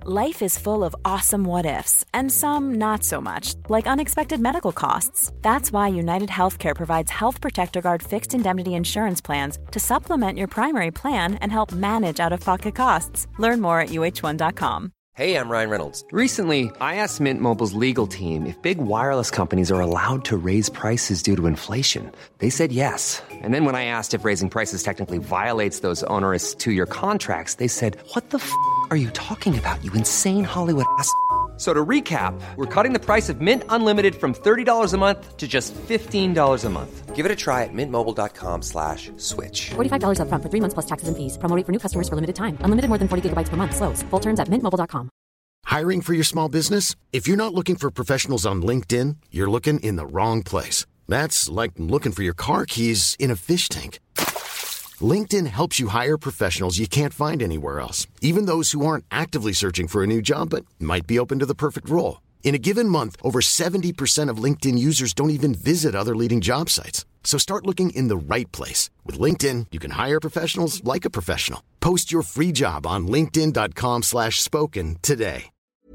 Life is full of awesome what-ifs, and some not so much, like unexpected medical costs. That's why United Healthcare provides Health Protector Guard fixed indemnity insurance plans to supplement your primary plan and help manage out-of-pocket costs. Learn more at uh1.com. Hey, I'm Ryan Reynolds. Recently, I asked Mint Mobile's legal team if big wireless companies are allowed to raise prices due to inflation. They said yes. And then when I asked if raising prices technically violates those onerous two-year contracts, they said, "What the f*** are you talking about, you insane Hollywood ass?" So to recap, we're cutting the price of Mint Unlimited from $30 a month to just $15 a month. Give it a try at mintmobile.com/switch. $45 up front for 3 months plus taxes and fees. Promo rate for new customers for limited time. Unlimited more than 40 gigabytes per month. Slows full terms at mintmobile.com. Hiring for your small business? If you're not looking for professionals on LinkedIn, you're looking in the wrong place. That's like looking for your car keys in a fish tank. LinkedIn helps you hire professionals you can't find anywhere else, even those who aren't actively searching for a new job but might be open to the perfect role. In a given month, over 70% of LinkedIn users don't even visit other leading job sites. So start looking in the right place. With LinkedIn, you can hire professionals like a professional. Post your free job on linkedin.com/spoken today.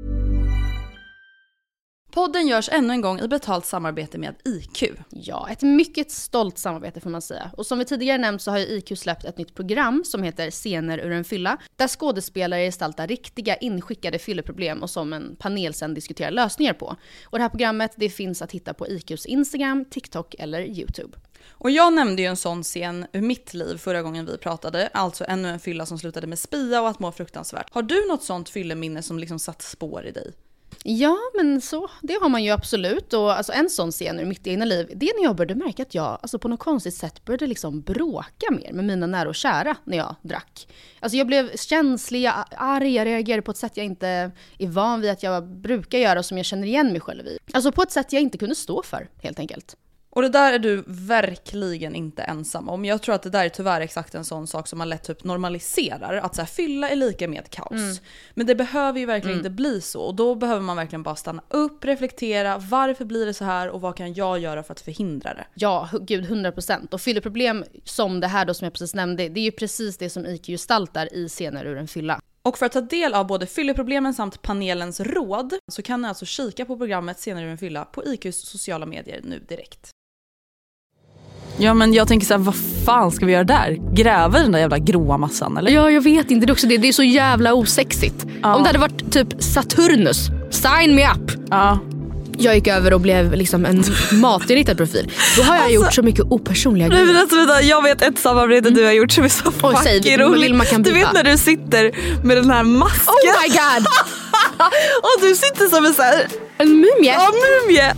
Podden görs ännu en gång i betalt samarbete med IQ. Ja, ett mycket stolt samarbete får man säga. Och som vi tidigare nämnt så har ju IQ släppt ett nytt program som heter Scener ur en fylla. Där skådespelare gestaltar riktiga inskickade fylleproblem och som en panel sen diskuterar lösningar på. Och det här programmet det finns att hitta på IQs Instagram, TikTok eller YouTube. Och jag nämnde ju en sån scen ur mitt liv förra gången vi pratade. Alltså ännu en fylla som slutade med spya och att må fruktansvärt. Har du något sånt fylleminne som liksom satt spår i dig? Ja, men så, det har man ju absolut. Och alltså, en sån scen ur mitt egna liv, det är när jag började märka att jag alltså, på något konstigt sätt började liksom bråka mer med mina nära och kära när jag drack. Alltså jag blev känslig, arg, jag reagerade på ett sätt jag inte är van vid att jag brukar göra och som jag känner igen mig själv i. Alltså på ett sätt jag inte kunde stå för, helt enkelt. Och det där är du verkligen inte ensam om. Jag tror att det där är tyvärr exakt en sån sak som man lätt typ normaliserar. Att så här, fylla är lika med kaos. Men det behöver ju verkligen inte bli så. Och då behöver man verkligen bara stanna upp, reflektera. Varför blir det så här och vad kan jag göra för att förhindra det? Ja, gud 100%. Och fylleproblem som det här då som jag precis nämnde, det är ju precis det som IQ gestaltar i Scener ur en fylla. Och för att ta del av både fylleproblemen samt panelens råd så kan ni alltså kika på programmet Scener ur en fylla på IQs sociala medier nu direkt. Ja, men jag tänker så här, vad fan ska vi göra där? Gräva den där jävla gråa massan, eller? Ja, jag vet inte. Det är också det är så jävla osexigt. Ja. Om det hade varit typ Saturnus, sign me up. Ja. Jag gick över och blev liksom en matinriktad profil. Då har jag gjort så mycket opersonliga grejer. Nej, men alltså, jag vet ett samarbete du har gjort som är så fucking roligt. Du vet när du sitter med den här masken. Oh my god. Och du sitter som en så här... En mumie. Ja, mumie.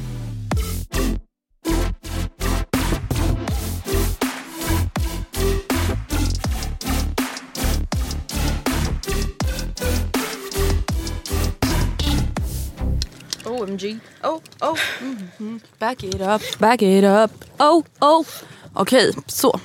OMG. Back it up. Okej, så.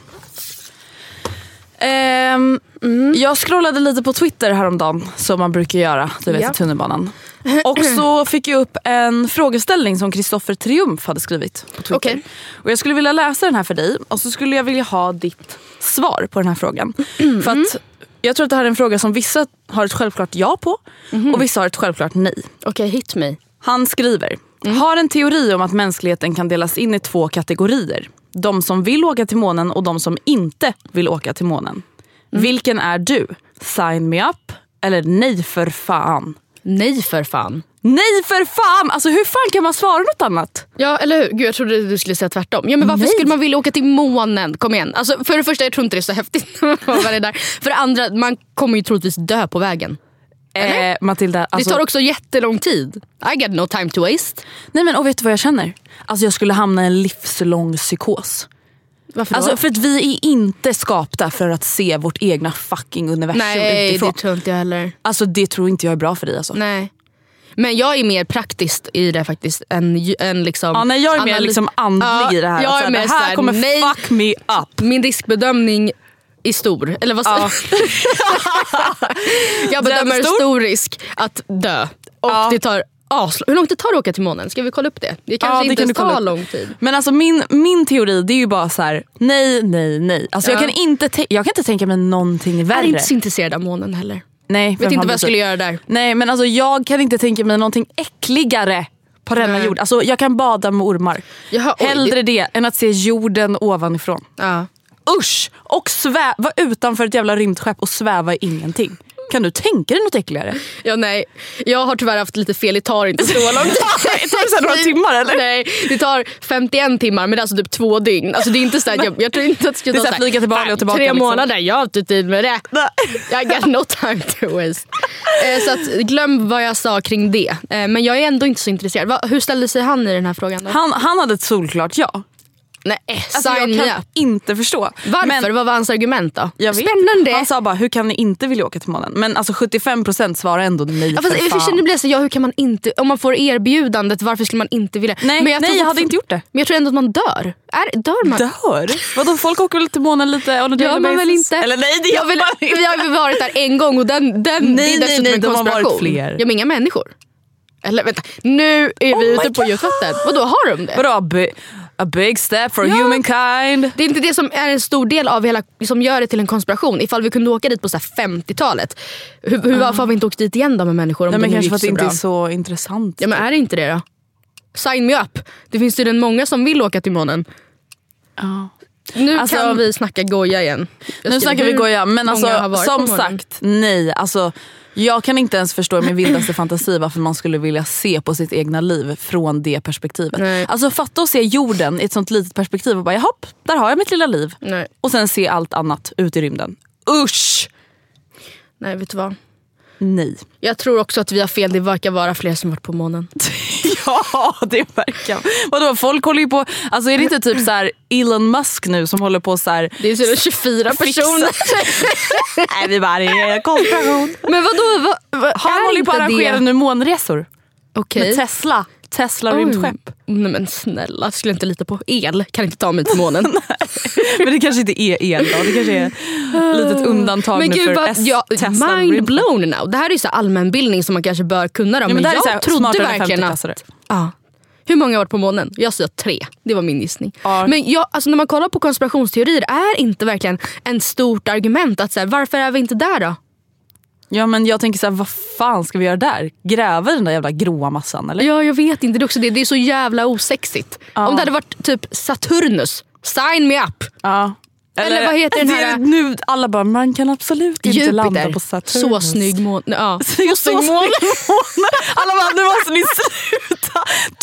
Jag scrollade lite på Twitter häromdagen, som man brukar göra, du vet, i tunnelbanan. Och så fick jag upp en frågeställning som Kristoffer Triumf hade skrivit på Twitter. Okay. Och jag skulle vilja läsa den här för dig. Och så skulle jag vilja ha ditt svar på den här frågan. För att jag tror att det här är en fråga som vissa har ett självklart ja på. Och vissa har ett självklart nej. Okej, hit me. Han skriver: har en teori om att mänskligheten kan delas in i 2 kategorier. De som vill åka till månen och de som inte vill åka till månen. Vilken är du? Sign me up eller nej för fan? Nej för fan. Nej för fan! Alltså hur fan kan man svara något annat? Ja, eller hur? Gud, jag trodde du skulle säga tvärtom. Ja, men varför skulle man vilja åka till månen? Kom igen. Alltså, för det första, jag tror inte det är så häftigt. För det andra, man kommer ju troligtvis dö på vägen. Matilda, alltså, det tar också jättelång tid. I got no time to waste. Nej, men och vet du vad jag känner? Alltså jag skulle hamna i en livslång psykos. Varför då? Alltså för att vi är inte skapta för att se vårt egna fucking universum utifrån. Nej, det tror inte jag heller. Alltså det tror inte jag är bra för dig alltså. Nej. Men jag är mer praktiskt i det faktiskt än liksom... Ja, nej, jag är mer liksom andlig i det här. Jag är alltså, mer det här kommer fuck me up. Min riskbedömning är stor. Eller vad säger jag bedömer stor risk att dö. Och det tar hur långt det tar att åka till månen? Ska vi kolla upp det? Det kanske inte ens tar lång tid. Men alltså min teori, det är ju bara så här: nej. Alltså jag kan inte tänka mig någonting värre. Jag är inte så intresserad av månen heller. Nej, vet inte vad jag skulle göra där. Nej, men alltså jag kan inte tänka mig någonting äckligare på denna jord. Alltså jag kan bada med ormar. Hellre det än att se jorden ovanifrån. Ja. Usch! Och sväva utanför ett jävla rymdskepp och sväva i ingenting. Kan du tänka dig något äckligare? Ja, nej. Jag har tyvärr haft lite fel. Det tar inte så långt. Det tar så några timmar eller? Nej, det tar 51 timmar, men det är alltså typ 2 dygn. Alltså det är inte så att jag tror inte att det ska ta flyga tillbaka och tillbaka 3 liksom. månader, jag har inte tid med det. I got no time to waste. Så att, glöm vad jag sa kring det. Men jag är ändå inte så intresserad. Hur ställde sig han i den här frågan då? Han hade ett solklart ja. Nej, alltså jag kan inte förstå. Varför? Men, vad var hans argument då? Spännande. Han sa bara, hur kan ni inte vilja åka till månen? Men alltså 75% svarar ändå nej. Ja, fast jag känner det så, hur kan man inte, om man får erbjudandet, varför skulle man inte vilja? Nej, men jag hade inte gjort det. Men jag tror ändå att man dör. Dör man? Dör? Vadå, folk åker väl till månen lite? Ja, man väl inte. Eller nej, det gör man inte. Vi har väl varit där en gång och den nej, det är dessutom en konspiration. De har varit fler. Ja, men inga människor. Eller vänta, nu är vi ute på djurtvatten. Vadå, har de det? Vadå, a big step for humankind. Det är inte det som är en stor del av hela, som gör det till en konspiration. Ifall vi kunde åka dit på så här 50-talet. Varför har vi inte åkt dit igen då med människor? Om nej, men kanske för att det inte är så intressant. Ja, men är det inte det då? Sign me up. Det finns tydligen många som vill åka till månen. Nu alltså, kan vi snacka goja igen. Nu snackar vi goja, men alltså, som sagt, nej. Alltså, jag kan inte ens förstå i min vildaste fantasi varför man skulle vilja se på sitt egna liv från det perspektivet. Nej. Alltså fatta att se jorden i ett sånt litet perspektiv och bara, hopp, där har jag mitt lilla liv. Nej. Och sen se allt annat ut i rymden. Usch! Nej, vet du vad? Nej. Jag tror också att vi har fel, det verkar vara fler som varit på månen. Ja, det verkar. Vadå, folk håller ju på, alltså är det inte typ så här Elon Musk nu som håller på så här. Det är så 24 personer. Nej, vi bara, det är konspiration. Men vadå? Han håller ju på att arrangera nu månresor. Okej. Med Tesla rymdskepp. Nej men snälla, skulle inte lita på el. Kan inte ta mig till månen. Men det kanske inte är el då. Det kanske är ett litet undantag. Men gud, Tesla mind blown now. Det här är ju så allmänbildning som man kanske bör kunna då. Ja, men jag trodde verkligen att hur många har varit på månen? Jag sa 3, det var min gissning. Men alltså, när man kollar på konspirationsteorier, är inte verkligen en stort argument att så här, varför är vi inte där då? Ja, men jag tänker så här, vad fan ska vi göra där? Gräva den där jävla gråa massan, eller? Ja, jag vet inte, det är också det är så jävla osexigt. Om det hade varit typ Saturnus, sign me up. Ja. Eller vad heter den här? Nu alla bara, man kan absolut inte landa på Saturnus. Så snygg mån. Ja. Så snygg mån. Alla bara, nu måste ni sluta.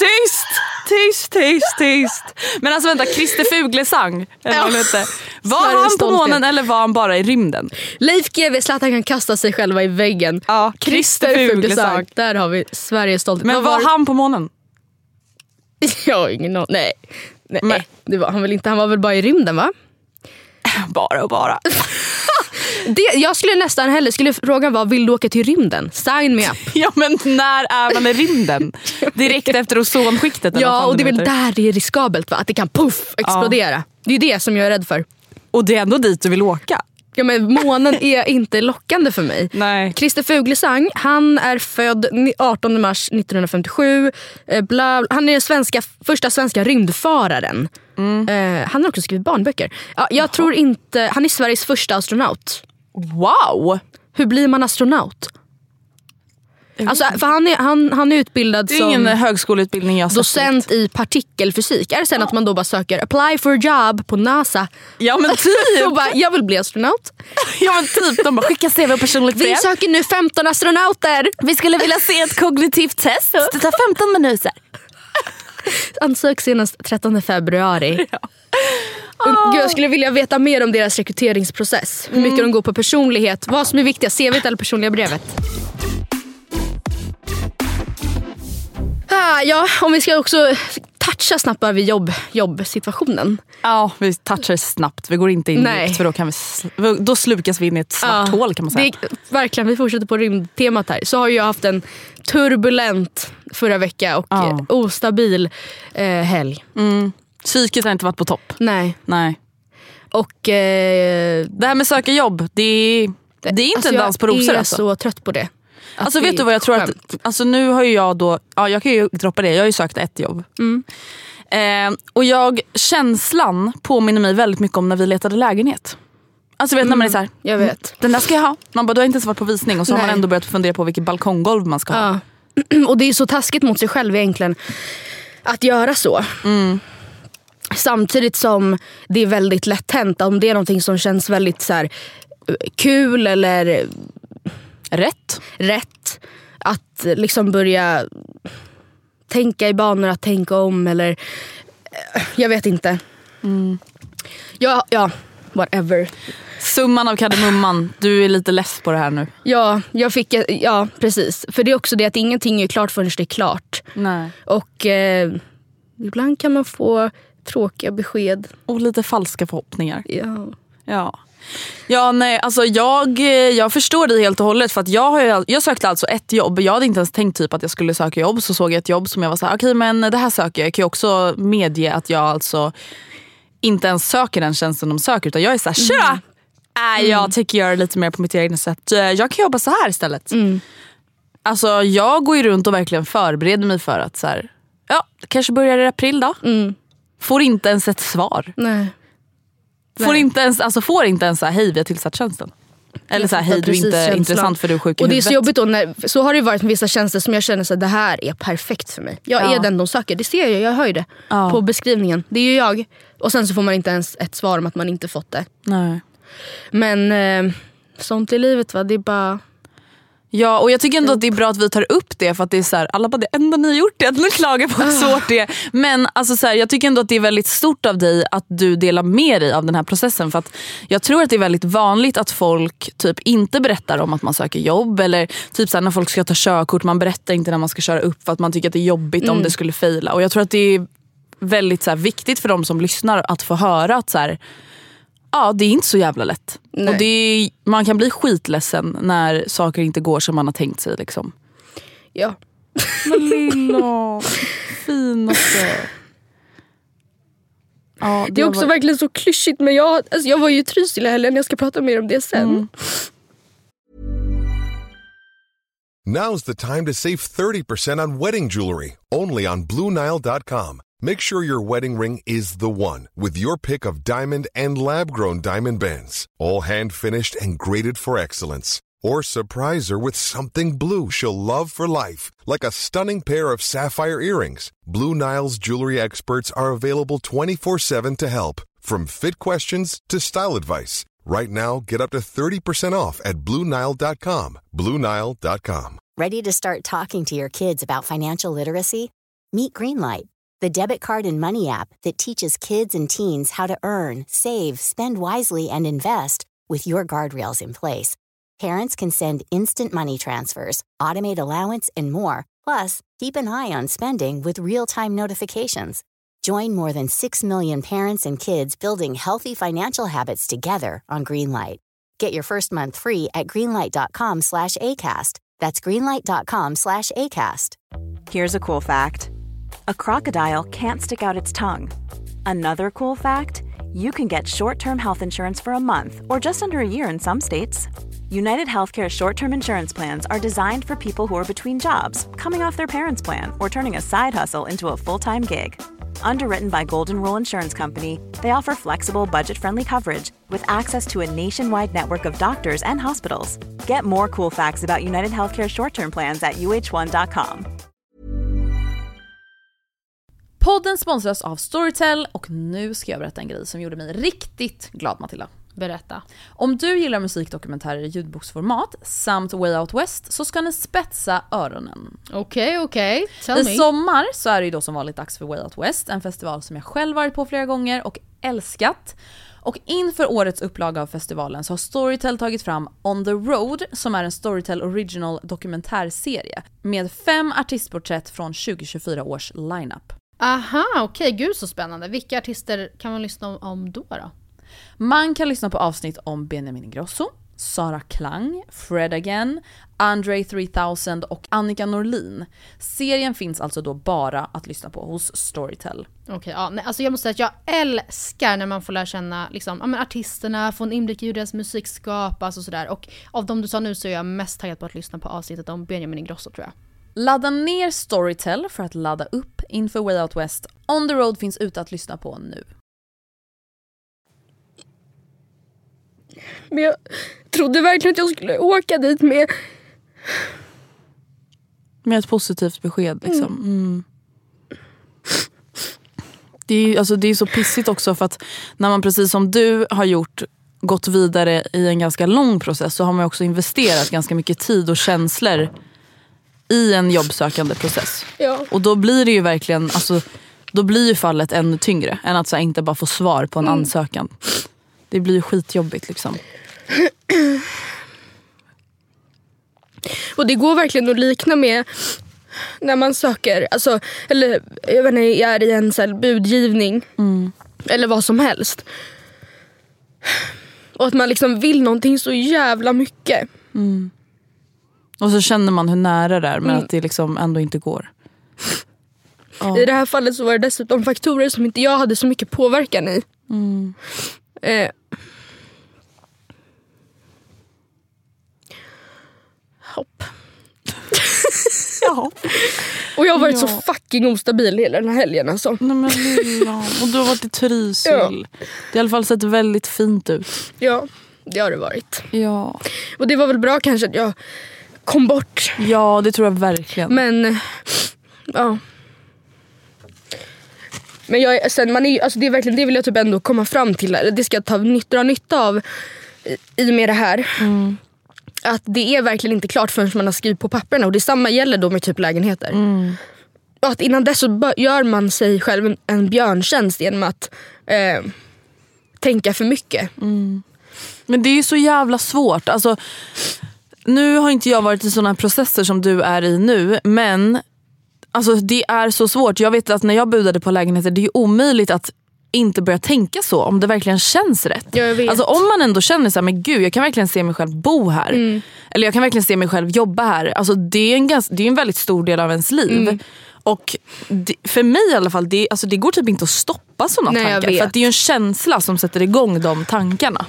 Tyst. Men alltså vänta, Christer Fuglesang var han på månen eller var han bara i rymden? Leif GW Zlatan kan kasta sig själva i väggen. Ja, Christer Fuglesang. Där har vi Sveriges stolthet. Men var han på månen? Jag har ingen aning. Nej. Det var han väl inte. Han var väl bara i rymden, va? Bara. Jag skulle nästan hellre fråga var, vill du åka till rymden? Sign me up. Ja, men när är man i rymden? Direkt efter ozonskiktet? Ja, och det är väl där det är riskabelt, va? Att det kan explodera. Ja. Det är det som jag är rädd för. Och det är ändå dit du vill åka. Ja, men månen är inte lockande för mig. Nej. Christer Fuglesang, han är född 18 mars 1957. Han är den första svenska rymdfararen. Han har också skrivit barnböcker. Jag tror inte. Han är Sveriges första astronaut. Wow! Hur blir man astronaut? Alltså, för han är utbildad som ingen högskoleutbildning jag docent i partikelfysik. Är det sen att man då bara söker apply for a job på NASA? Ja, men typ. Och bara, jag vill bli astronaut. Ja, men typ. De bara, skicka CV och personligt brev. Vi söker nu 15 astronauter. Vi skulle vilja se ett kognitivt test. Det tar 15 minuter. Ansök senast 13 februari. Ja. Gud, jag skulle vilja veta mer om deras rekryteringsprocess. Hur mycket de går på personlighet. Vad som är viktigast, CV:t eller personliga brevet. Ja, om vi ska också toucha snabbt över jobbsituationen. Ja, vi touchar snabbt. Vi går inte in direkt, för då slukas vi in i ett svart hål, kan man säga. Verkligen, vi fortsätter på rymdtemat här. Så har jag haft en turbulent förra vecka och ostabil helg. Psyket har inte varit på topp. Nej. Och det här med söka jobb, det är inte en dans på rosor. Jag är så trött på det. Alltså vet du vad jag tror att, alltså nu har ju jag då, jag kan ju droppa det, jag har ju sökt ett jobb. Och känslan påminner mig väldigt mycket om när vi letade lägenhet. Alltså vet när man är så här, jag vet. Den där ska jag ha. Man bara, du har inte ens varit på visning. Och så har man ändå börjat fundera på vilket balkonggolv man ska ha. Och det är så taskigt mot sig själv egentligen att göra så. Samtidigt som det är väldigt lätt hänt. Om det är någonting som känns väldigt så här, kul eller rätt. Att liksom börja tänka i banor att tänka om. Eller jag vet inte. Ja, whatever. Summan av kardemumman. Du är lite less på det här nu. Ja, precis. För det är också det att ingenting är klart förrän det är klart. Nej. Och ibland kan man få tråkiga besked. Och lite falska förhoppningar. Ja, nej, alltså jag förstår dig helt och hållet. För att jag sökte alltså ett jobb. Jag hade inte ens tänkt typ att jag skulle söka jobb. Så såg jag ett jobb som jag var så här, okej, men det här söker jag. Jag kan ju också medge att jag alltså inte ens söker den tjänsten de söker. Utan jag är så här, tja! Jag tycker göra lite mer på mitt egna sätt. Jag kan jobba så här istället. Alltså jag går ju runt och verkligen förbereder mig för att så här, kanske börjar i april då. Får inte ens ett svar. Nej. Får inte ens så här, hej, vi har tillsatt tjänsten. Eller så här, hej, du är inte intressant för du är sjuk i huvudet. Och det är så jobbigt då, så har det varit med vissa tjänster som jag känner så att det här är perfekt för mig. Jag är den de söker, det ser jag hör ju det på beskrivningen. Det är ju jag. Och sen så får man inte ens ett svar om att man inte fått det. Nej. Men sånt i livet, va, det är bara... Ja, och jag tycker ändå att det är bra att vi tar upp det. För att det är så här, alla bara, det enda ni har gjort är att ni klagar på hur svårt det är. Men alltså så här, jag tycker ändå att det är väldigt stort av dig att du delar med dig av den här processen. För att jag tror att det är väldigt vanligt att folk typ inte berättar om att man söker jobb. Eller typ så här, när folk ska ta körkort, man berättar inte när man ska köra upp. För att man tycker att det är jobbigt om det skulle fejla. Och jag tror att det är väldigt så här, viktigt för de som lyssnar att få höra att så här, det är inte så jävla lätt. Och man kan bli skitledsen när saker inte går som man har tänkt sig liksom. Ja. Men lilla finaste. Ja, det är också verkligen så klyschigt. Men jag var ju i Trysil i helgen. Jag ska prata mer om det sen. Now's the time to save 30% on wedding jewelry, only on BlueNile.com. Make sure your wedding ring is the one with your pick of diamond and lab-grown diamond bands, all hand-finished and graded for excellence. Or surprise her with something blue she'll love for life, like a stunning pair of sapphire earrings. Blue Nile's jewelry experts are available 24/7 to help, from fit questions to style advice. Right now, get up to 30% off at BlueNile.com. BlueNile.com. Ready to start talking to your kids about financial literacy? Meet Greenlight, the debit card and money app that teaches kids and teens how to earn, save, spend wisely, and invest with your guardrails in place. Parents can send instant money transfers, automate allowance, and more. Plus, keep an eye on spending with real-time notifications. Join more than 6 million parents and kids building healthy financial habits together on Greenlight. Get your first month free at greenlight.com/ACAST. That's greenlight.com/ACAST. Here's a cool fact. A crocodile can't stick out its tongue. Another cool fact, you can get short-term health insurance for a month or just under a year in some states. United Healthcare short-term insurance plans are designed for people who are between jobs, coming off their parents' plan, or turning a side hustle into a full-time gig. Underwritten by Golden Rule Insurance Company, they offer flexible, budget-friendly coverage with access to a nationwide network of doctors and hospitals. Get more cool facts about United Healthcare short-term plans at uh1.com. Podden sponsras av Storytel och nu ska jag berätta en grej som gjorde mig riktigt glad, Matilda. Berätta. Om du gillar musikdokumentärer i ljudboksformat samt Way Out West så ska ni spetsa öronen. Okej. I sommar så är det ju då som vanligt dags för Way Out West, en festival som jag själv varit på flera gånger och älskat. Och inför årets upplaga av festivalen så har Storytel tagit fram On the Road, som är en Storytel Original dokumentärserie med 5 artistporträtt från 2024 års lineup. Aha, okej. Gud så spännande. Vilka artister kan man lyssna om då? Man kan lyssna på avsnitt om Benjamin Ingrosso, Sara Klang, Fred Again, Andre 3000 och Annika Norlin. Serien finns alltså då bara att lyssna på hos Storytel. Okej, alltså jag måste säga att jag älskar när man får lära känna liksom, artisterna, få en inblick i hur deras musik skapas och sådär. Och av dem du sa nu så är jag mest taggad på att lyssna på avsnittet om Benjamin Ingrosso, tror jag. Ladda ner Storytel för att ladda upp inför Way Out West. On the Road finns ute att lyssna på nu. Men jag trodde verkligen att jag skulle åka dit med ett positivt besked liksom. Det är så pissigt också för att när man precis som du har gått vidare i en ganska lång process, så har man också investerat ganska mycket tid och känslor i en jobbsökande process. Ja. Och då blir det ju verkligen, då blir ju fallet ännu tyngre än att så här, inte bara få svar på en ansökan. Det blir ju skitjobbigt liksom. Och det går verkligen att likna med när man söker, alltså, eller jag vet inte, är i en så här budgivning eller vad som helst. Och att man liksom vill någonting så jävla mycket. Och så känner man hur nära det är, men att det liksom ändå inte går. I det här fallet så var det dessutom faktorer som inte jag hade så mycket påverkan i. Hopp. Ja. Och jag har varit så fucking ostabil hela den här helgen alltså. Nej men lilla. Och du har varit i Trysil. Ja. Det har i alla fall sett väldigt fint ut. Ja, det har det varit. Ja. Och det var väl bra kanske att jag kom bort. Ja, det tror jag verkligen. Men ja. Men sen man är, alltså det är verkligen, det vill jag typ ändå komma fram till. Det ska jag dra nytta av i med det här. Att det är verkligen inte klart förrän man har skrivit på papperna. Och det samma gäller då med typ lägenheter. Och att innan dess så gör man sig själv en björntjänst genom att tänka för mycket. Men det är ju så jävla svårt. Alltså, nu har inte jag varit i sådana processer som du är i nu. Men alltså, det är så svårt. Jag vet att när jag budade på lägenheter, det är ju omöjligt att inte börja tänka så, om det verkligen känns rätt. Ja, jag vet. Alltså om man ändå känner så här, men gud, jag kan verkligen se mig själv bo här. Eller jag kan verkligen se mig själv jobba här. Alltså det är en väldigt stor del av ens liv. Och för mig i alla fall, det går typ inte att stoppa sådana tankar. För att det är ju en känsla som sätter igång de tankarna.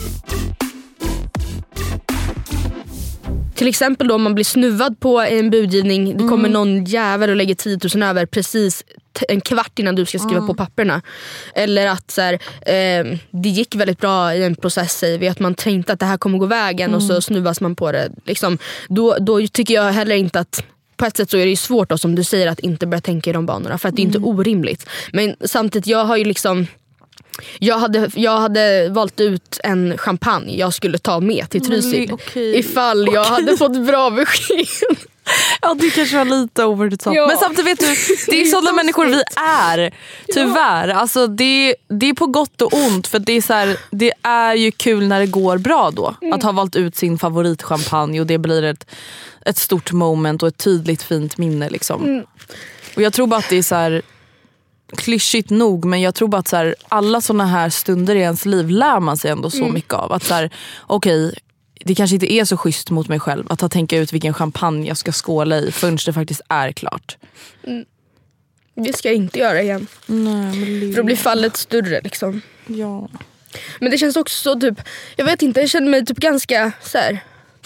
Till exempel då om man blir snuvad på en budgivning, det kommer någon jävel och lägger 10 000 över precis en kvart innan du ska skriva på papperna. Eller att så här, det gick väldigt bra i en process, säger vi, att man tänkte att det här kommer gå vägen och så snuvas man på det. Liksom, då tycker jag heller inte att, på ett sätt så är det ju svårt då, som du säger, att inte börja tänka i de banorna. För att det är inte orimligt. Men samtidigt, jag har ju liksom... Jag hade valt ut en champagne jag skulle ta med till Trysil. Ifall jag hade fått bra besked. Ja, det kanske var lite over the top. Ja. Men samtidigt vet du, det är sådana människor vi är. Tyvärr. Alltså, det är på gott och ont. För det är, så här, det är ju kul när det går bra då. Att ha valt ut sin favoritchampagne. Och det blir ett stort moment och ett tydligt fint minne liksom. Och jag tror bara att det är så här... klyschigt nog, men jag tror bara att så här, alla såna här stunder i ens liv lär man sig ändå så mycket av. Att så här, okej, det kanske inte är så schysst mot mig själv att tänka ut vilken champagne jag ska skåla i förrän det faktiskt är klart. Det ska jag inte göra igen. Nej, för då blir fallet större liksom. Ja. Men det känns också så typ, jag vet inte, jag känner mig typ ganska så här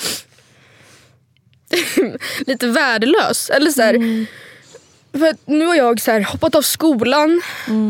lite värdelös. Eller så här, för att nu har jag så här hoppat av skolan.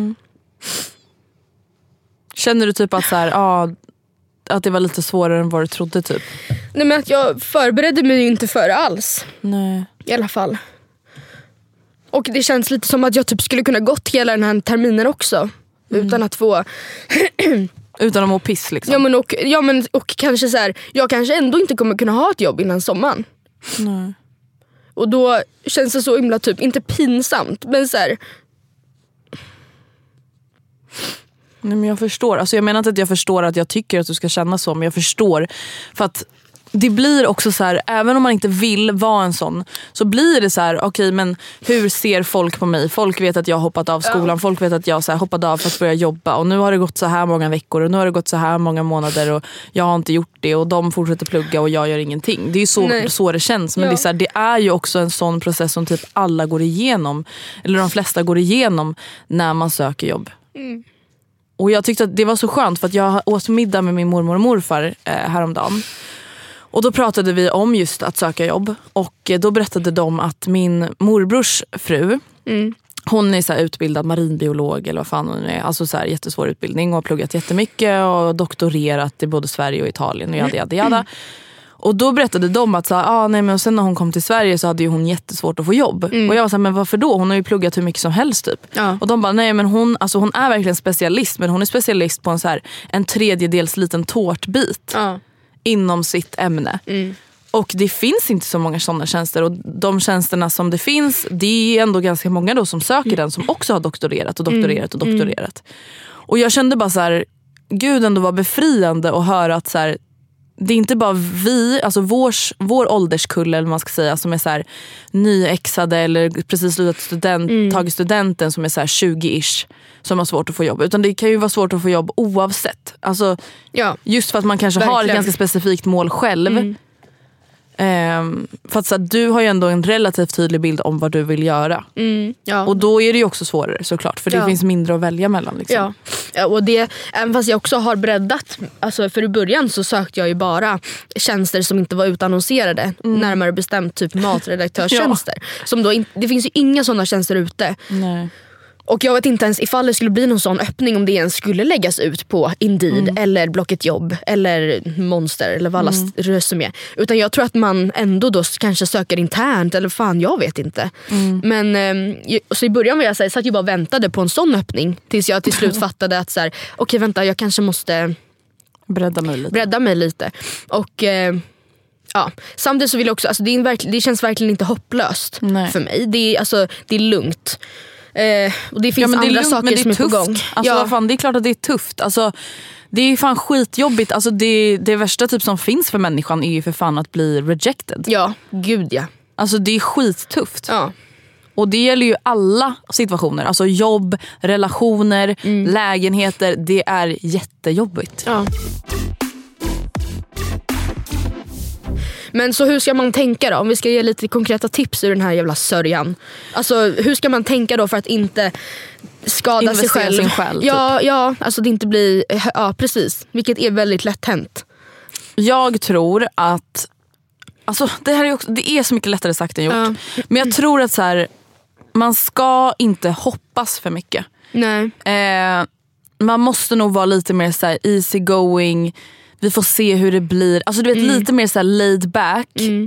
Känner du typ att så här, att det var lite svårare än vad du trodde typ? Nej, men att jag förberedde mig inte för alls. Nej. I alla fall. Och det känns lite som att jag typ skulle kunna gått hela den här terminen också. Utan att få... utan att må piss liksom. Och kanske så här, jag kanske ändå inte kommer kunna ha ett jobb innan sommaren. Nej. Och då känns det så himla typ, inte pinsamt, men så här. Nej, men jag förstår. Alltså jag menar inte att jag förstår att jag tycker att du ska känna så, men jag förstår. För att det blir också så här, även om man inte vill vara en sån, så blir det så här, okej, men hur ser folk på mig? Folk vet att jag har hoppat av skolan, folk vet att jag så här hoppade av för att börja jobba, och nu har det gått så här många veckor och nu har det gått så här många månader och jag har inte gjort det och de fortsätter plugga och jag gör ingenting. Det är ju så det känns, men det är ju också en sån process som typ alla går igenom, eller de flesta går igenom när man söker jobb. Och jag tyckte att det var så skönt, för att jag åt middag med min mormor och morfar häromdagen. Och då pratade vi om just att söka jobb. Och då berättade de att min morbrors fru hon är så här utbildad marinbiolog eller vad fan hon är. Alltså så här jättesvår utbildning och har pluggat jättemycket och doktorerat i både Sverige och Italien och jada. Och då berättade de att så här, nej, men sen när hon kom till Sverige så hade ju hon jättesvårt att få jobb. Och jag var så här, men varför då? Hon har ju pluggat hur mycket som helst typ. Ja. Och de bara, nej men hon är verkligen specialist, men hon är specialist på en 1/3 liten tårtbit inom sitt ämne. Och det finns inte så många sådana tjänster, och de tjänsterna som det finns, det är ändå ganska många då som söker den som också har doktorerat. Och jag kände bara så här, gud ändå var befriande att höra att så här, det är inte bara vi, alltså vår ålderskull eller man ska säga, som är så här nyexade eller precis slutat tagit studenten som är så här 20-ish som har svårt att få jobb, utan det kan ju vara svårt att få jobb oavsett. Alltså just för att man kanske har ett ganska specifikt mål själv. För att så här, du har ju ändå en relativt tydlig bild om vad du vill göra. Och då är det ju också svårare såklart, för det finns mindre att välja mellan liksom. Ja, och det, även fast jag också har breddat, alltså för i början så sökte jag ju bara tjänster som inte var utannonserade, närmare bestämt typ matredaktörstjänster. Som då det finns ju inga sådana tjänster ute. Nej. Och jag vet inte ens ifall det skulle bli någon sån öppning, om det ens skulle läggas ut på Indeed eller Blocket Jobb eller Monster eller vad alla resumé. Utan jag tror att man ändå då kanske söker internt, eller fan, jag vet inte. Men så i början var jag så här, satt ju bara och väntade på en sån öppning tills jag till slut fattade att så här, okej, vänta, jag kanske måste bredda mig lite. Och samtidigt så vill jag också, alltså det känns verkligen inte hopplöst för mig. Det är lugnt. Och det finns andra saker som är på gång. Alltså, vad fan, det är klart att det är tufft. Alltså, det är fan skitjobbigt. Alltså, det värsta typ som finns för människan är ju för fan att bli rejected. Ja, gud ja. Alltså det är skittufft. Ja. Och det gäller ju alla situationer. Alltså jobb, relationer, lägenheter. Det är jättejobbigt. Ja. Men så hur ska man tänka då? Om vi ska ge lite konkreta tips ur den här jävla sörjan. Alltså hur ska man tänka då för att inte skada sig själv? Ja, alltså det inte blir... Ja, precis. Vilket är väldigt lätt hänt. Jag tror att... Alltså det här är också, det är så mycket lättare sagt än gjort. Ja. Men jag tror att så här, man ska inte hoppas för mycket. Nej. Man måste nog vara lite mer så här easy going. Vi får se hur det blir. Alltså du vet, lite mer så här laid back.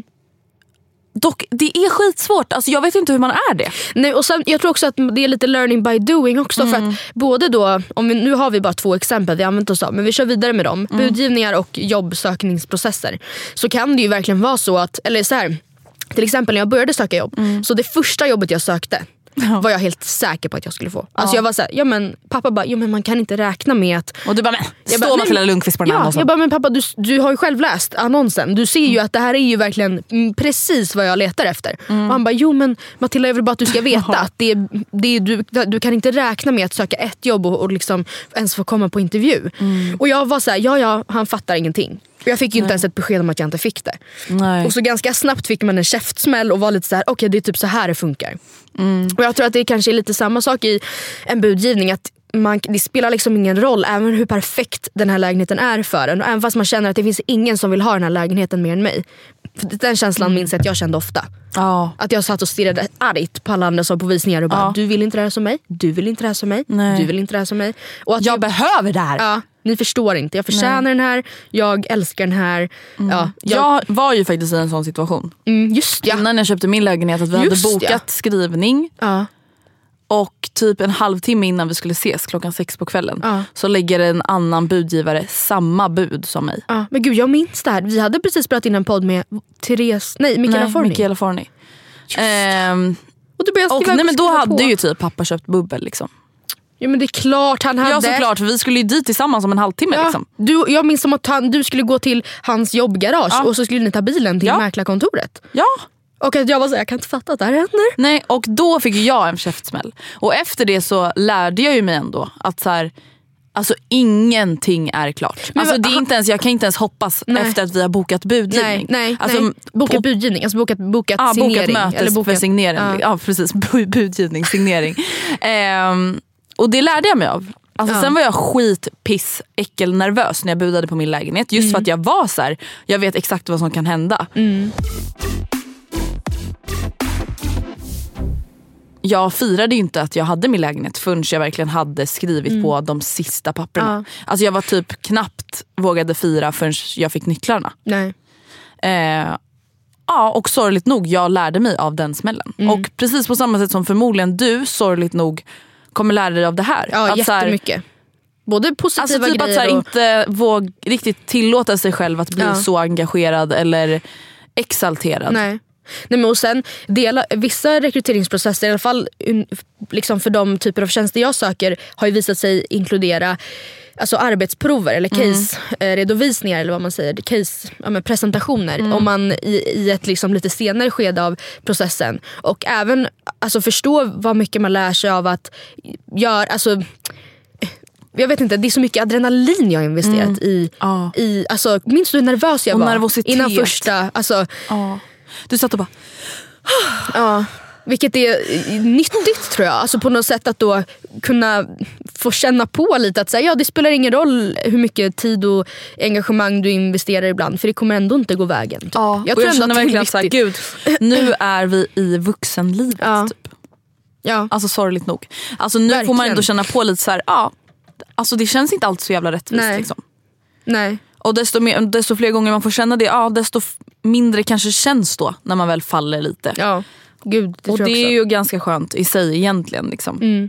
Dock, det är skitsvårt. Alltså jag vet inte hur man är det. Nej, och sen, jag tror också att det är lite learning by doing också. För att både då, nu har vi bara 2 exempel vi använt oss av, men vi kör vidare med dem. Budgivningar och jobbsökningsprocesser. Så kan det ju verkligen vara så att, eller så här, till exempel när jag började söka jobb, så det första jobbet jag sökte var jag helt säker på att jag skulle få. Alltså jag var såhär, ja men pappa bara, ja men man kan inte räkna med att... Och du bara, står man för Lundqvist på den här annonsen? Jag bara, men pappa du har ju själv läst annonsen. Du ser ju att det här är ju verkligen precis vad jag letar efter. Och han bara, jo men Matilda, jag vill bara att du ska veta att du kan inte räkna med att söka ett jobb och liksom ens få komma på intervju. Och jag var såhär, ja, han fattar ingenting. Jag fick ju inte ens ett besked om att jag inte fick det. Nej. Och så ganska snabbt fick man en käftsmäll och var lite så här: okej, det är typ så här det funkar. Och jag tror att det kanske är lite samma sak i en budgivning, att det spelar liksom ingen roll även hur perfekt den här lägenheten är för en. Och även fast man känner att det finns ingen som vill ha den här lägenheten mer än mig. För den känslan minns att jag kände ofta. Att jag satt och stirrade argt på alla andra som på visningar och bara, du vill inte det här som mig, du vill inte det här som mig, du vill inte det här som mig. Och att jag behöver det här. Ja, ni förstår inte, jag förtjänar den här, jag älskar den här. Jag var ju faktiskt i en sån situation. Just ja. Innan jag köpte min lägenhet, att vi hade bokat skrivning. Och typ en halvtimme innan vi skulle ses, 6:00 på kvällen, så lägger en annan budgivare samma bud som mig. Men gud, jag minns det här. Vi hade precis spelat in en podd med Michaela Forni. Och du började skriva, men då hade ju typ pappa köpt bubbel liksom. Ja, men det är klart han hade. Ja, såklart, för vi skulle ju dit tillsammans om en halvtimme liksom. Jag minns som att du skulle gå till hans jobbgarage och så skulle ni ta bilen till mäklarkontoret. Ja. Och att jag var så, jag kan inte fatta att det här händer. Nej, och då fick jag en käftsmäll. Och efter det så lärde jag ju mig ändå att så här, alltså ingenting är klart. Men alltså det är inte ens, jag kan inte ens hoppas efter att vi har bokat budgivning. Nej. Bokat budgivning, alltså bokat Bokat signering. mötes för signering. Ja, precis. Budgivning, signering. Och det lärde jag mig av. Alltså sen var jag äckelnervös när jag budade på min lägenhet. Just för att jag var så här, jag vet exakt vad som kan hända. jag firade ju inte att jag hade min lägenhet förrän jag verkligen hade skrivit på de sista papperna. Alltså jag var typ knappt vågade fira förrän jag fick nycklarna. Nej. Ja, och sorgligt nog, jag lärde mig av den smällen. Och precis på samma sätt som förmodligen du, sorgligt nog, kommer lära dig av det här. Ja, att jättemycket. Både positiva alltså typ grejer att och... inte riktigt tillåta sig själv att bli så engagerad eller exalterad. Nej, men och sen vissa rekryteringsprocesser, i alla fall liksom för de typer av tjänster jag söker, har ju visat sig inkludera alltså arbetsprover eller case-redovisningar eller vad man säger, presentationer om man i ett liksom lite senare skede av processen. Och även alltså förstå vad mycket man lär sig av att göra, alltså jag vet inte, det är så mycket adrenalin jag har investerat i alltså, minns du hur nervös jag var nervositet. Innan första, alltså du satt och bara vilket är nyttigt tror jag, alltså på något sätt att då kunna få känna på lite att säga, det spelar ingen roll hur mycket tid och engagemang du investerar ibland, för det kommer ändå inte gå vägen typ. Jag tror ändå verkligen att gud, nu är vi i vuxenlivet typ. Alltså sorgligt nog, alltså nu verkligen. Får man ändå känna på lite så här, alltså det känns inte alltid så jävla rättvist. Liksom. Nej. Och desto fler gånger man får känna det, desto mindre kanske känns då när man väl faller lite. Ja, gud, det och tror jag det också. är ju ganska skönt i sig egentligen liksom.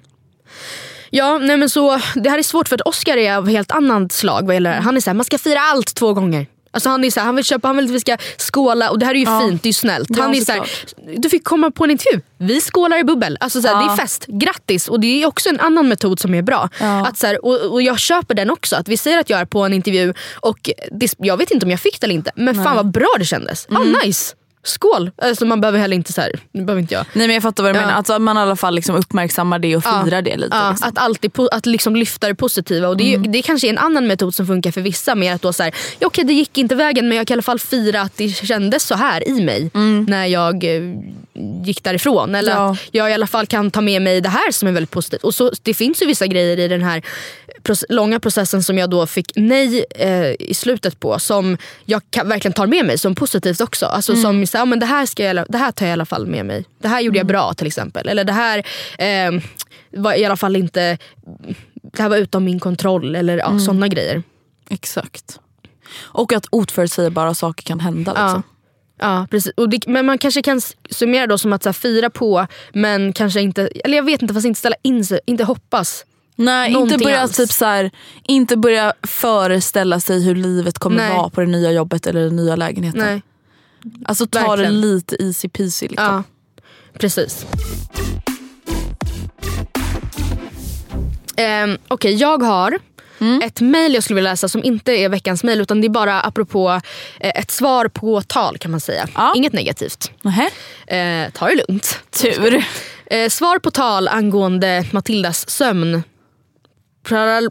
Ja, nej men så det här är svårt för att Oscar är av helt annat slag vad gäller det här. Han är så här, man ska fira allt 2 gånger. Alltså han är så här, han vill att vi ska skåla, och det här är ju fint, det är ju snällt. Han är så här, du fick komma på en intervju, vi skålar i bubbel. Alltså så här, det är fest, grattis. Och det är också en annan metod som är bra. Att så här, och jag köper den också, att vi säger att jag är på en intervju och jag vet inte om jag fick det eller inte, men fan vad bra det kändes. Nice. Skål! Alltså man behöver heller inte så här, nu behöver inte jag. Nej, men jag fattar vad du menar, alltså man i alla fall liksom uppmärksammar det och firar det lite. Liksom. Att alltid att liksom lyfta det positiva, och det kanske är en annan metod som funkar för vissa, mer att då så här, okej, det gick inte vägen, men jag kan i alla fall fira att det kändes så här i mig när jag gick därifrån, eller att jag i alla fall kan ta med mig det här som är väldigt positivt. Och så det finns ju vissa grejer i den här långa processen som jag då fick nej i slutet på, som jag verkligen tar med mig som positivt också. Alltså som så här, men det här tar jag i alla fall med mig. Det här gjorde jag bra till exempel. Eller det här var i alla fall inte, det här var utom min kontroll, eller sådana grejer. Exakt. Och att oförutsägbara saker kan hända liksom. Ja, precis. Och men man kanske kan summera då som att så här, fira på, men kanske inte, eller jag vet inte, fast inte ställa in sig, inte hoppas. Nej, inte börja typ så här, inte börja föreställa sig hur livet kommer vara på det nya jobbet eller den nya lägenheten. Nej. Alltså ta verkligen det lite easy peasy liksom. Ja, precis. Okej, jag har ett mejl jag skulle vilja läsa som inte är veckans mejl, utan det är bara apropå ett svar på tal, kan man säga. Inget negativt. Ta det lugnt. Tur. Svar på tal angående Matildas sömn. Jag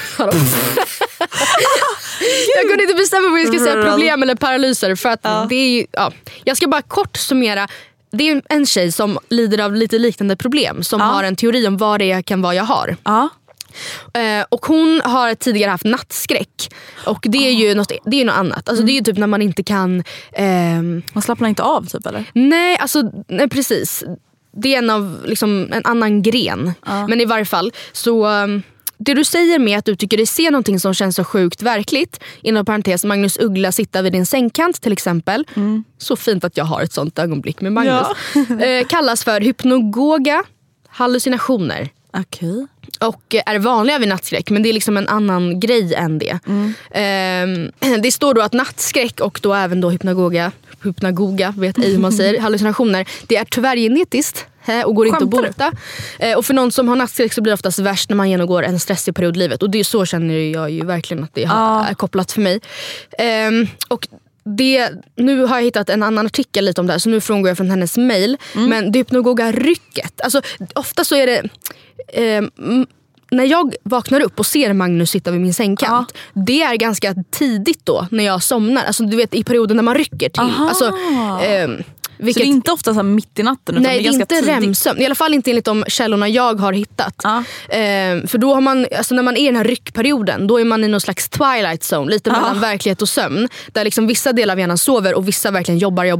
kunde inte bestämma om jag skulle säga problem eller paralyser, för att det är ju, jag ska bara kort summera. Det är en tjej som lider av lite liknande problem, som har en teori om vad det kan vara jag har. Och hon har tidigare haft nattskräck, och det är ju något annat. Alltså det är ju typ när man inte kan man slappnar inte av typ, eller? Nej, precis. Det är en annan gren. Men i varje fall så det du säger med att du tycker dig se någonting som känns så sjukt verkligt, inom parentes Magnus Uggla sitta vid din sängkant till exempel. Så fint att jag har ett sånt ögonblick med Magnus. Kallas för hypnagoga hallucinationer. Okej. Och är vanliga vid nattskräck, men det är liksom en annan grej än det. Det står då att nattskräck och då även då hypnagoga vet ej hur man säger, hallucinationer, det är tyvärr genetiskt och går inte att bota. Och för någon som har nattskräck så blir det oftast värst när man genomgår en stressig period i livet, och det är så känner jag ju verkligen att det är kopplat för mig. Och nu har jag hittat en annan artikel lite om det här, så nu frångår jag från hennes mejl. Men det hypnagoga rycket, alltså ofta så är det när jag vaknar upp och ser Magnus sitta vid min sängkant, det är ganska tidigt då när jag somnar. Alltså du vet, i perioden när man rycker till. Alltså, Vilket, så det är inte ofta så här mitt i natten utan nej, det är ganska inte tidigt. REM-sömn. I alla fall inte enligt de källorna jag har hittat. För då har man, alltså när man är i den här ryckperioden, då är man i någon slags twilight zone, lite mellan verklighet och sömn. Där liksom vissa delar av hjärnan sover och vissa verkligen jobbar.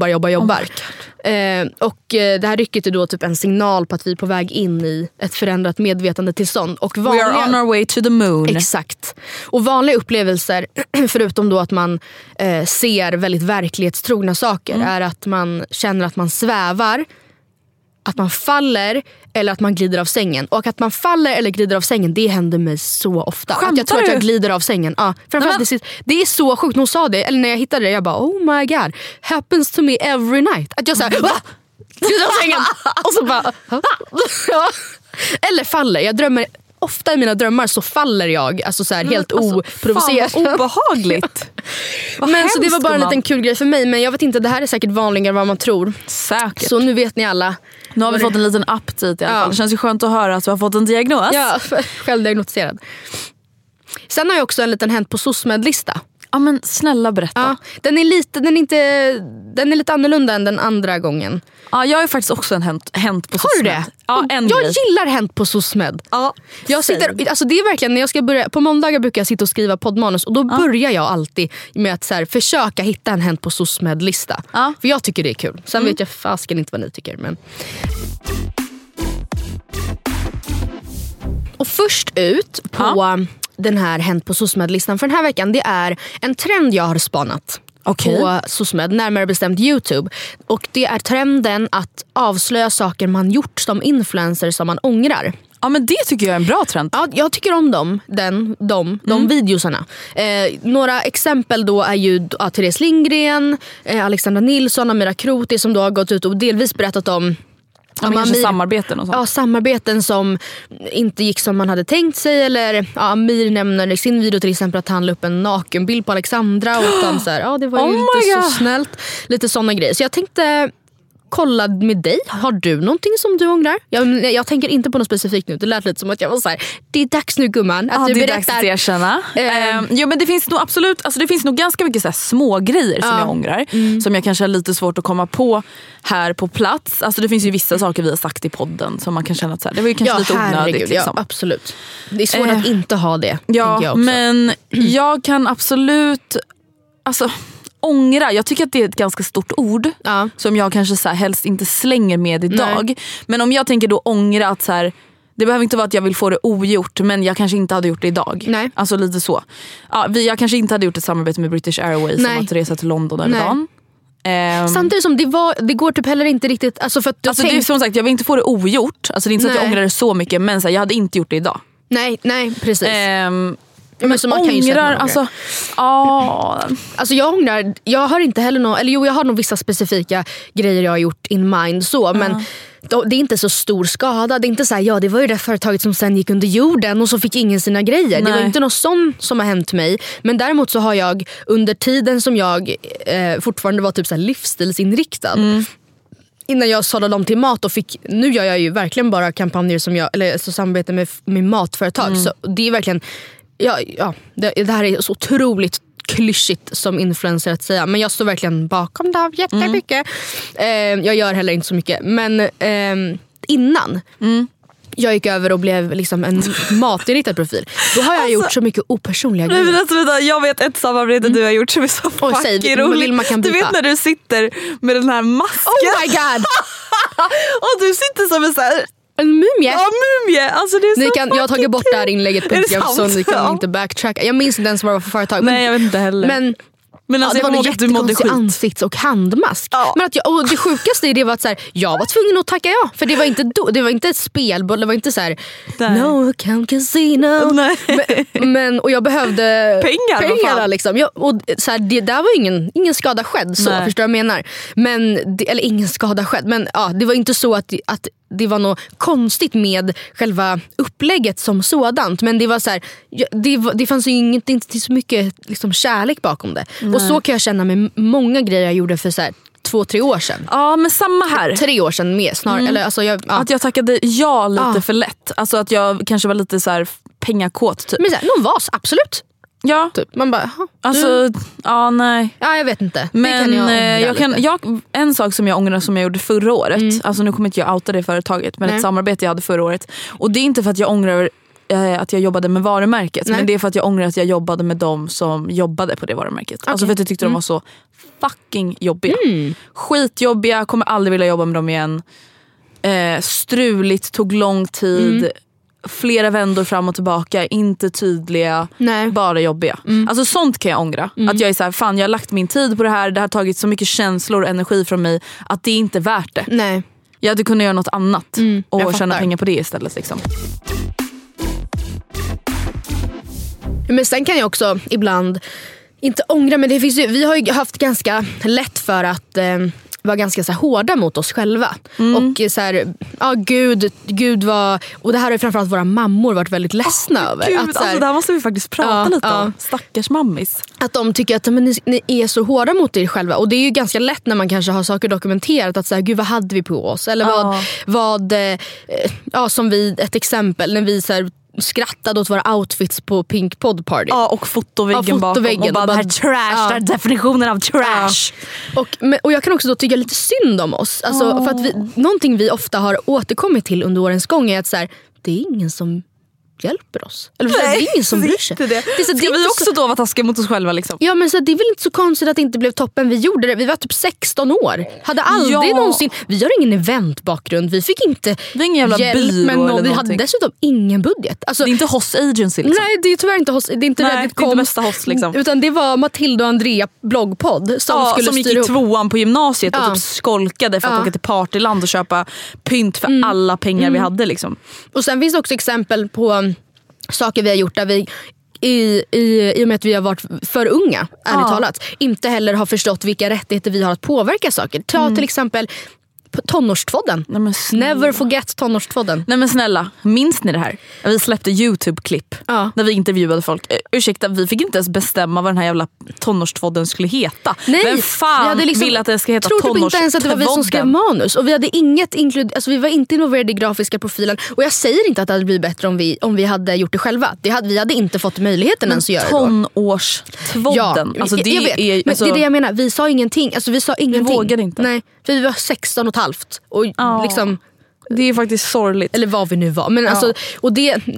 Och det här rycket är då typ en signal på att vi är på väg in i ett förändrat medvetandetillstånd. Och We are on our way to the moon. Exakt. Och vanliga upplevelser, förutom då att man ser väldigt verklighetstrogna saker, är att man känner att man svävar, att man faller eller att man glider av sängen. Och att man faller eller glider av sängen, det händer mig så ofta. Skämtar att jag tror du? att jag glider av sängen. Ja, framförallt det är så sjukt. Hon sa det, eller när jag hittade det, jag bara oh my god, happens to me every night. Att jag såhär glider av sängen och så bara eller faller. Jag drömmer ofta i mina drömmar så faller jag, alltså så här, helt oprovocerat. Fan vad obehagligt. Men så det var bara en liten kul grej för mig, men jag vet inte, det här är säkert vanligare än vad man tror. Säkert. Så nu vet ni alla. Nu har vi fått en liten aptit i alla fall. Det känns ju skönt att höra att vi har fått en diagnos. Ja, självdiagnostiserad. Sen har jag också en liten Hänt på SOSMED-lista. Ja men snälla berätta. Ja, den är lite annorlunda än den andra gången. Ja, jag har ju faktiskt också en hänt på SOSMED. Har du det? Ja, en jag grej. gillar Hänt på SOSMED. Ja, jag sitter, alltså det är verkligen, när jag ska börja, på måndagar brukar jag sitta och skriva poddmanus. Och då börjar jag alltid med att så här, försöka hitta en Hänt på SOSMED-lista. För jag tycker det är kul. Sen vet jag fasken inte vad ni tycker, men... Och först ut på den här Hänt på SOSMED-listan för den här veckan, det är en trend jag har spanat på SOSMED, närmare bestämt YouTube. Och det är trenden att avslöja saker man gjort som influencer som man ångrar. Ja men det tycker jag är en bra trend. Ja, jag tycker om de videosarna. Några exempel då är ju Therese Lindgren, Alexandra Nilsson, Amira Kroti som då har gått ut och delvis berättat om samarbeten och sånt. Ja, samarbeten som inte gick som man hade tänkt sig. Eller Amir nämner i sin video till exempel att han la upp en nakenbild på Alexandra. Och utan så här, det var ju inte så snällt. Lite sådana grejer. Så jag tänkte kolla med dig. Har du någonting som du ångrar? Jag tänker inte på något specifikt nu. Det lät lite som att jag var så här: det är dags nu gumman att du det är berättar. dags att erkänna. Jo men det finns nog absolut, alltså det finns nog ganska mycket så här små grejer som jag ångrar. Som jag kanske har lite svårt att komma på här på plats. Alltså det finns ju vissa saker vi har sagt i podden som man kan känna att så här, det var ju kanske lite onödigt liksom. Ja, absolut. Det är svårt att inte ha det. Ja, jag också. Men jag kan absolut ångra, jag tycker att det är ett ganska stort ord som jag kanske så här helst inte slänger med idag. Nej. Men om jag tänker då ångra att så här, det behöver inte vara att jag vill få det ogjort, men jag kanske inte hade gjort det idag. Nej. Alltså lite så. Jag kanske inte hade gjort ett samarbete med British Airways som att resa till London över dagen. Samtidigt som det går typ heller inte riktigt, alltså för att det är som sagt, jag vill inte få det ogjort. Alltså det är inte så att jag ångrar det så mycket, men så här, jag hade inte gjort det idag. Nej, precis. Men så man kan ju säga alltså jag ångrar, jag har inte heller jag har nog vissa specifika grejer jag har gjort in mind så, men det är inte så stor skada. Det är inte så här, det var ju det företaget som sen gick under jorden och så fick ingen sina grejer. Det var inte något sånt som har hänt mig. Men däremot så har jag under tiden som jag fortfarande var typ så här livsstilsinriktad, innan jag sadlade om till mat och nu gör jag ju verkligen bara kampanjer eller samarbete med matföretag. Så det är verkligen det här är så otroligt klyschigt som influencer att säga, men jag står verkligen bakom det jättemycket. Jag gör heller inte så mycket, men innan jag gick över och blev liksom en matinriktad profil, då har jag gjort så mycket opersonliga grejer. Jag vet ett samarbete du har gjort som är så fucking roligt. Du vet när du sitter med den här masken. Oh my god. Och du sitter som en så här en mumie. Ja, mumie. Alltså det är jag har tagit bort det här inlägget på Instagram så ni kan inte backtracka. Jag minns inte ens vad det var för företag. Nej, jag vet inte heller. Men alltså, det var en jättekonstig ansikts- och handmask. Men och det sjukaste i det var att så här, jag var tvungen att tacka ja. För det var inte ett spelboll. Det var inte så här, no account casino. Men och jag behövde pengarna liksom. Och så här, det där var ingen skada skedd. Så, förstår du vad jag menar? Eller ingen skada skedd. Men det var inte så att det var något konstigt med själva upplägget som sådant. Men det var så här, det fanns ju inte så mycket liksom kärlek bakom det. Och så kan jag känna med många grejer jag gjorde för så här 2-3 år sedan. Ja, men samma här. 3 år sedan mer snarare. Eller, alltså, att jag tackade lite för lätt. Alltså att jag kanske var lite så här pengakåt typ. Men så här, någon vas, absolut. Ja. Typ. Man bara, alltså, nej. Ja, jag vet inte. Men det kan jag en sak som jag ångrar som jag gjorde förra året, alltså nu kommer inte jag outa det företaget, men ett samarbete jag hade förra året. Och det är inte för att jag ångrar att jag jobbade med varumärket, men det är för att jag ångrar att jag jobbade med dem som jobbade på det varumärket. Alltså för att jag tyckte de var så fucking jobbiga. Skitjobbiga, kommer aldrig vilja jobba med dem igen. Struligt, tog lång tid. Flera vändor fram och tillbaka, inte tydliga, bara jobbiga. Alltså sånt kan jag ångra. Att jag är så här, fan jag har lagt min tid på det här har tagit så mycket känslor och energi från mig att det är inte värt det. Nej. Jag hade kunnat göra något annat och tjäna pengar på det istället liksom. Men sen kan jag också ibland inte ångra, men det finns ju, vi har ju haft ganska lätt för att var ganska så här hårda mot oss själva. Och så här, Gud var, och det här har ju framförallt våra mammor varit väldigt ledsna över. Gud, att, så här, alltså, det här måste vi faktiskt prata lite om. Stackars mammis. Att de tycker att men, ni är så hårda mot er själva. Och det är ju ganska lätt när man kanske har saker dokumenterat att så här, gud vad hade vi på oss? Eller som vi, ett exempel, när vi så här, skrattade åt våra outfits på Pink Pod Party. Ja, och fotoväggen bakom. Och bara det här trash, där definitionen av trash. Och jag kan också då tycka lite synd om oss. Alltså, för att någonting vi ofta har återkommit till under årens gång är att så här, det är ingen som hjälper oss. Eller det är ingen som bryr sig. Ska vi också då vara taskiga mot oss själva liksom? Ja, men så det är väl inte så konstigt att det inte blev toppen. Vi gjorde det, vi var typ 16 år. Hade aldrig någonsin, vi har ingen eventbakgrund. Vi fick inte ingen jävla hjälp byrå med någon. eller vi hade dessutom ingen budget. Alltså, det är inte Hoss Agency liksom. Nej, det är tyvärr inte Hoss. Det är inte Reddit det är inte bästa Hoss liksom. Utan det var Matilda och Andrea bloggpodd som gick i 2:an på gymnasiet och typ skolkade för att åka till Partyland och köpa pynt för alla pengar vi hade liksom. Och sen finns det också exempel på saker vi har gjort där vi i och med att vi har varit för unga, ärligt talat, inte heller har förstått vilka rättigheter vi har att påverka saker. Ta till exempel tonårstvodden. Never forget tonårstvodden. Nej men snälla, minns ni det här? Vi släppte YouTube-klipp när vi intervjuade folk. Ursäkta, vi fick inte ens bestämma vad den här jävla tonårstvodden skulle heta. Nej, vem fan ville att det ska heta tonårstvodden? Inte ens att det var vi som skrev manus. Och vi hade inget alltså vi var inte involverade i grafiska profilen. Och jag säger inte att det hade blivit bättre om vi hade gjort det själva. Vi hade inte fått möjligheten ens att göra det då. Tonårstvodden. Alltså, jag vet. Men det är det jag menar. Vi sa ingenting. Alltså, vi vågade inte. Nej, för vi var 16 och ett halvt. Och liksom, det är faktiskt sorgligt. Eller vad vi nu var. Men alltså, och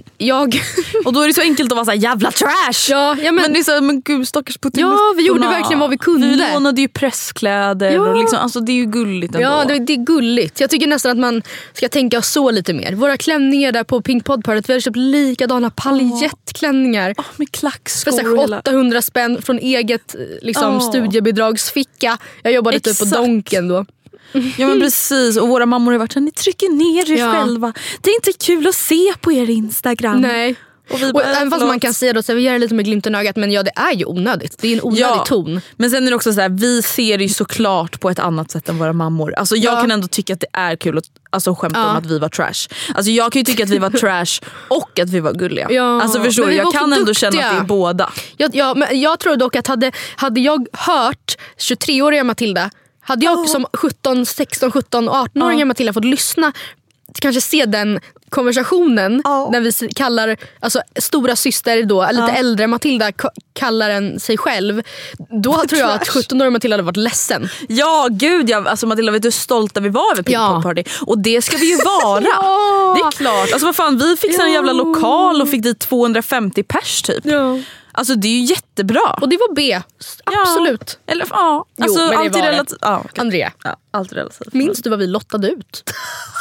då är det så enkelt att vara så här, jävla trash. Men det är så, men gud, stackars puttinuttorna. Ja, vi gjorde verkligen vad vi kunde. Vi lånade ju presskläder och liksom, alltså det är ju gulligt ändå. Ja, det är gulligt. Jag tycker nästan att man ska tänka så lite mer. Våra klänningar där på Pink Pod Party, vi hade köpt likadana paljettklänningar. Med klackskor. För 800 spänn från eget liksom, studiebidragsficka. Jag jobbade typ på Donken då. Ja men precis, och våra mammor har varit såhär, ni trycker ner er själva. Det är inte kul att se på er Instagram. Nej. Och även fast man kan säga då, så vi gör det lite med glimten i ögat, men det är ju onödigt. Det är en onödig ton. Men sen är det också så här, vi ser det ju såklart på ett annat sätt än våra mammor. Alltså jag kan ändå tycka att det är kul att skämta om att vi var trash. Alltså jag kan ju tycka att vi var trash och att vi var gulliga. Alltså förstår du, jag kan ändå känna att det är båda. Men jag tror dock att hade jag hört 23-åriga Matilda, hade jag som 16, 17 och 18-åriga Matilda fått lyssna, kanske se den konversationen när vi kallar, alltså stora syster då, lite äldre Matilda kallar en sig själv, då tror jag att 17-åriga Matilda hade varit ledsen. Ja, gud, alltså Matilda, vet du hur stolta vi var över Pink Pod Party? Och det ska vi ju vara. Det är klart. Alltså vad fan, vi fick en jävla lokal och fick dit 250 pers typ. Alltså det är ju jättebra. Och det var B, absolut. Eller alltså jo, alltid relativt. Andrea. Allt relativt. Minns du vad vi lottade ut?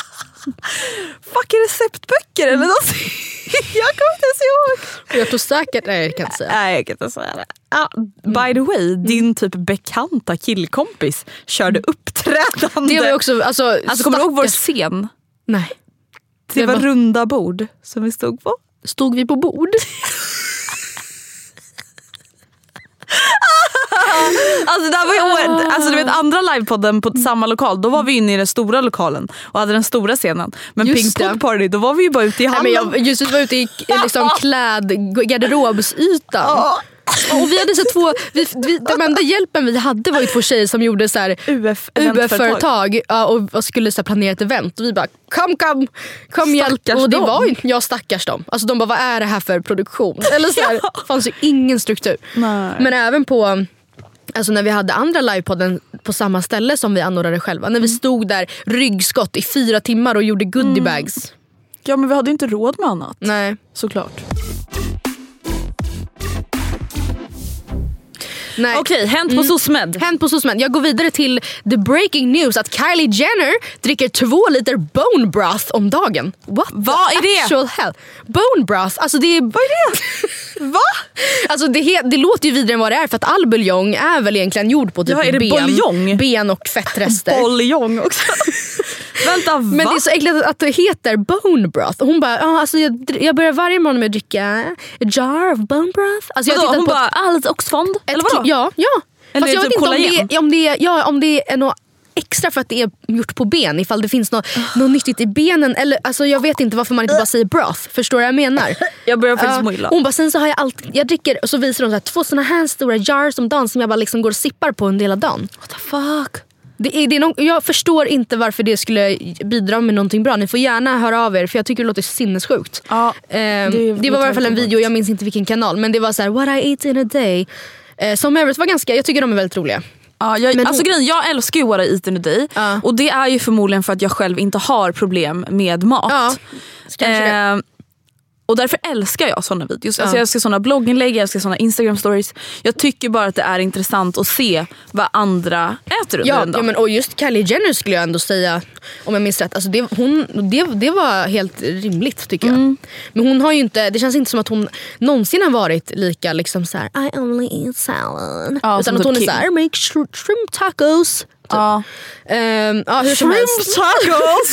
Fucking receptböcker eller något. Jag kommer inte ens ihåg. Jag tror säkert, nej jag kan inte säga. Nej jag kan inte säga det. By the way, din typ bekanta killkompis körde uppträdande. Det var också, alltså kommer du ihåg vår scen? Nej. Det var runda bord som vi stod på. Stod vi på bord? Alltså det här var ju alltså du vet andra livepodden på samma lokal. Då var vi inne i den stora lokalen och hade den stora scenen. Men Pink Pop Party, då var vi ju bara ute i hallen. Men jag var ute i liksom garderobsytan. Och vi hade så två, den enda hjälpen vi hade var ju 2 tjejer som gjorde så här UF-företag och skulle så här planera ett event. Och vi bara, kom hjälp. Och det var ju, jag stackars dem. Alltså de bara, vad är det här för produktion? Eller så här, fanns ju ingen struktur. Nej. Men även på, alltså när vi hade andra livepodden på samma ställe som vi anordnade själva. När vi stod där ryggskott i 4 timmar och gjorde goodiebags. Ja, men vi hade inte råd med annat. Nej. Såklart. Okej, hänt på SOSMED. Hänt på SOSMED. Jag går vidare till the breaking news att Kylie Jenner dricker 2 liter bone broth om dagen. Vad är det? Actual hell. Bone broth, alltså det är... Vad är det? Va? Alltså det låter ju vidare än vad det är, för att all buljong är väl egentligen gjord på typ ben och fettrester. Buljong också. Vänta, va? Men det är så äckligt att det heter bone broth. Och hon bara, alltså jag börjar varje morgon med att dricka a jar of bone broth. Alltså jag hon bara, allt Oxfond? Eller vadå? Ja. Eller fast jag vet inte om det är något extra för att det är gjort på ben, ifall det finns något nyttigt i benen, eller alltså jag vet inte varför man inte bara säger broth. Förstår du vad jag menar? Jag börjar faktiskt må illa. Hon bara, sen så har jag dricker, och så visar de så här 2 såna här stora jars om dagen som jag bara liksom går och sippar på en del av dagen. What the fuck? Jag förstår inte varför det skulle bidra med någonting bra. Ni får gärna höra av er, för jag tycker det låter sinnessjukt. Ja, det var i alla fall en video, jag minns inte vilken kanal, men det var så här, what I eat in a day. Som övrigt var ganska, jag tycker de är väldigt roliga. Ja, jag älskar ju What I Eat in a Day. Och det är ju förmodligen för att jag själv inte har problem med mat. Och därför älskar jag såna videos. Alltså jag älskar såna blogginlägg, jag älskar såna Instagram stories. Jag tycker bara att det är intressant att se vad andra äter under en dag. Ja, men och just Kylie Jenner skulle jag ändå säga, om jag minns rätt, alltså det var helt rimligt tycker jag. Men hon har ju inte, det känns inte som att hon någonsin har varit lika liksom så här, I only eat salad. Utan att hon är så här, make shrimp tacos. Ja. Hur som helst. Tacos.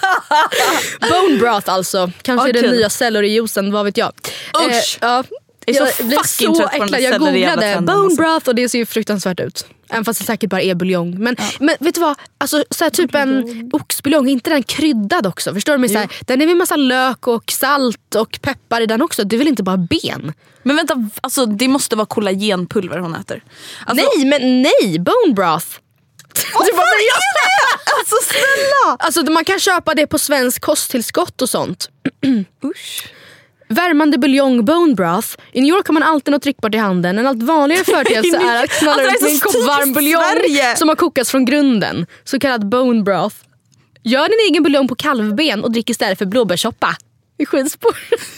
Bone broth alltså. Kanske den nya celeryjuicen, vad vet jag. Usch. Jag blev så äcklad. Jag googlade bone broth och det ser ju fruktansvärt ut. Även fast det säkert bara är buljong. Men vet du vad? Alltså, så här, typ en oxbuljong, inte den kryddad också? Förstår du? Så här, den är med massa lök och salt och peppar i den också. Det är väl inte bara ben? Men vänta, alltså, det måste vara kollagenpulver hon äter. Alltså, nej, bone broth. Vad är det? Alltså snälla. Alltså man kan köpa det på Svensk kosttillskott och sånt. Usch. Värmande buljong bone broth. I New York har man alltid något tryckbart i handen. En allt vanligare företeelse är att knalla ut med en kopp varm buljong som har kokats från grunden. Så kallad bone broth. Gör din egen buljong på kalvben och drick istället för blåbärssoppa. Det är skitspår.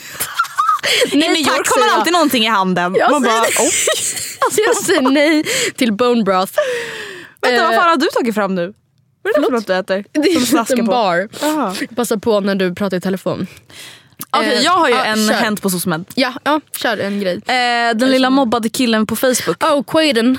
I New York har man alltid någonting i handen. Man bara, alltså jag säger nej till bone broth. Vänta, vad fan har du tagit fram nu? Vad är det för något du äter? Det är en bar. Passa på när du pratar i telefon. Okej, jag har ju en hänt på SOSMED. Ja, kör en grej. Den lilla mobbade killen på Facebook. Quaden.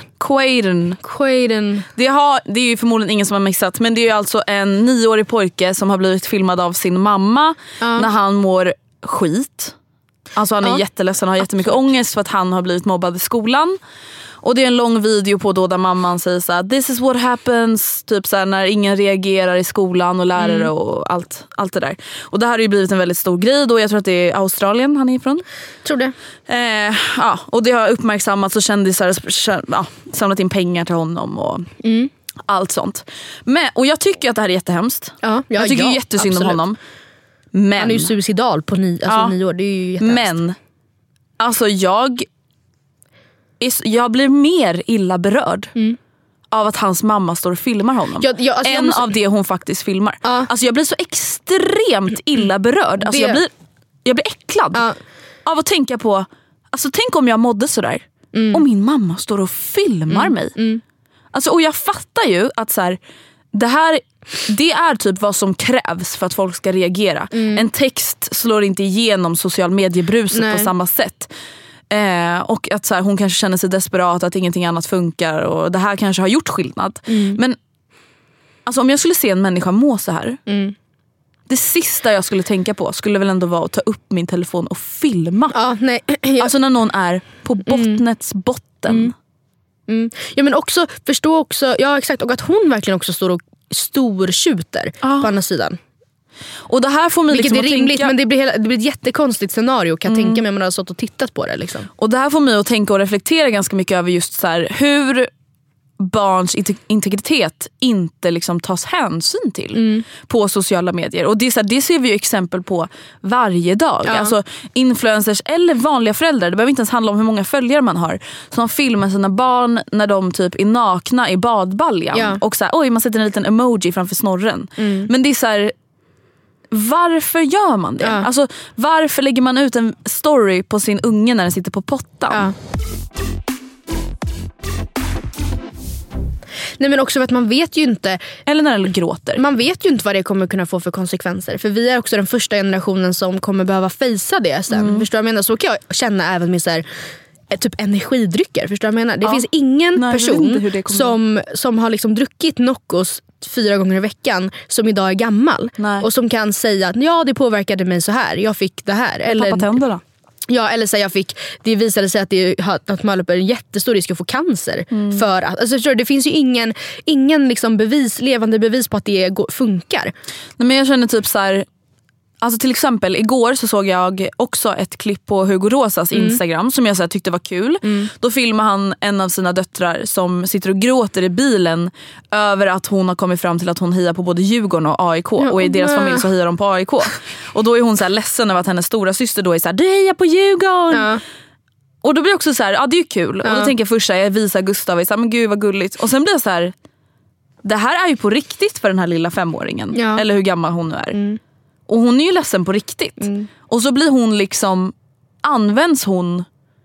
Det är ju förmodligen ingen som har missat. Men det är ju alltså en 9-årig pojke som har blivit filmad av sin mamma när han mår skit. Alltså han är jätteledsen och har jättemycket ångest för att han har blivit mobbad i skolan. Och det är en lång video på då där mamman säger så här: this is what happens, typ så här, när ingen reagerar i skolan och lärare och allt det där. Och det här har ju blivit en väldigt stor grej då. Jag tror att det är Australien han är ifrån. Tror det. Och det har uppmärksammats och kändisar samlat in pengar till honom och allt sånt. Och jag tycker att det här är jättehemskt. Jag tycker jättesynd om honom. Men han är ju suicidal på 9 år. Det är ju jättehemskt. Men alltså jag blir mer illa berörd av att hans mamma står och filmar honom än av det hon faktiskt filmar. Alltså jag blir så extremt illa berörd. Alltså jag blir äcklad av att tänka på, alltså tänk om jag mådde sådär och min mamma står och filmar mig. Alltså, och jag fattar ju att så här, det är typ vad som krävs för att folk ska reagera. En text slår inte igenom social mediebruset på samma sätt. Och att så här, hon kanske känner sig desperat, att ingenting annat funkar och det här kanske har gjort skillnad. Men alltså, om jag skulle se en människa må så här, det sista jag skulle tänka på skulle väl ändå vara att ta upp min telefon och filma. Alltså när någon är på bottnets botten. Ja, men också, förstå också, ja exakt, och att hon verkligen också står och stortjuter på andra sidan. Och det här får mig vilket liksom är rimligt, tänka... men det blir ett jättekonstigt scenario kan jag tänka mig om man har stått och tittat på det liksom. Och det här får mig att tänka och reflektera ganska mycket över just så här, hur barns integritet inte liksom tas hänsyn till på sociala medier. Och det, är så här, det ser vi ju exempel på varje dag. Ja. Alltså influencers eller vanliga föräldrar, det behöver inte ens handla om hur många följare man har, som filmar sina barn när de typ är nakna i badbaljan. Ja. Och så här, oj, man sätter en liten emoji framför snorren. Men det är så här, varför gör man det? Ja. Alltså, varför lägger man ut en story på sin unge när den sitter på pottan? Ja. Nej, men också för att man vet ju inte. Eller när den gråter. Man vet ju inte vad det kommer kunna få för konsekvenser. För vi är också den första generationen som kommer behöva fejsa det sen. Förstår du vad jag menar? Så kan jag känna även med så här, typ energidrycker. Förstår du vad jag menar? Det finns ingen person som har liksom druckit Noccos 4 gånger i veckan som idag är gammal. Nej. Och som kan säga att ja, det påverkade mig så här. Jag fick det här. Eller pappa tänderna. Ja, eller så det visade sig att man löper en jättestor risk att få cancer. För att, alltså, det finns ju ingen liksom levande bevis på att det funkar. Nej, men jag känner typ så här, alltså till exempel igår så såg jag också ett klipp på Hugo Rosas Instagram som jag så här, tyckte var kul. Då filmar han en av sina döttrar som sitter och gråter i bilen över att hon har kommit fram till att hon hejar på både Djurgården och AIK. Och i deras familj så hejar de på AIK. Och då är hon så här ledsen över att hennes stora syster då är så här, du hejar på Djurgården! Ja. Och då blir jag också så här, ja det är ju kul. Och då tänker jag först så här, jag visar Gustav, jag så här, men gud vad gulligt. Och sen blir jag så här, det här är ju på riktigt för den här lilla 5-åringen. Ja. Eller hur gammal hon nu är. Och hon är ju ledsen på riktigt. Och så blir hon liksom, används hon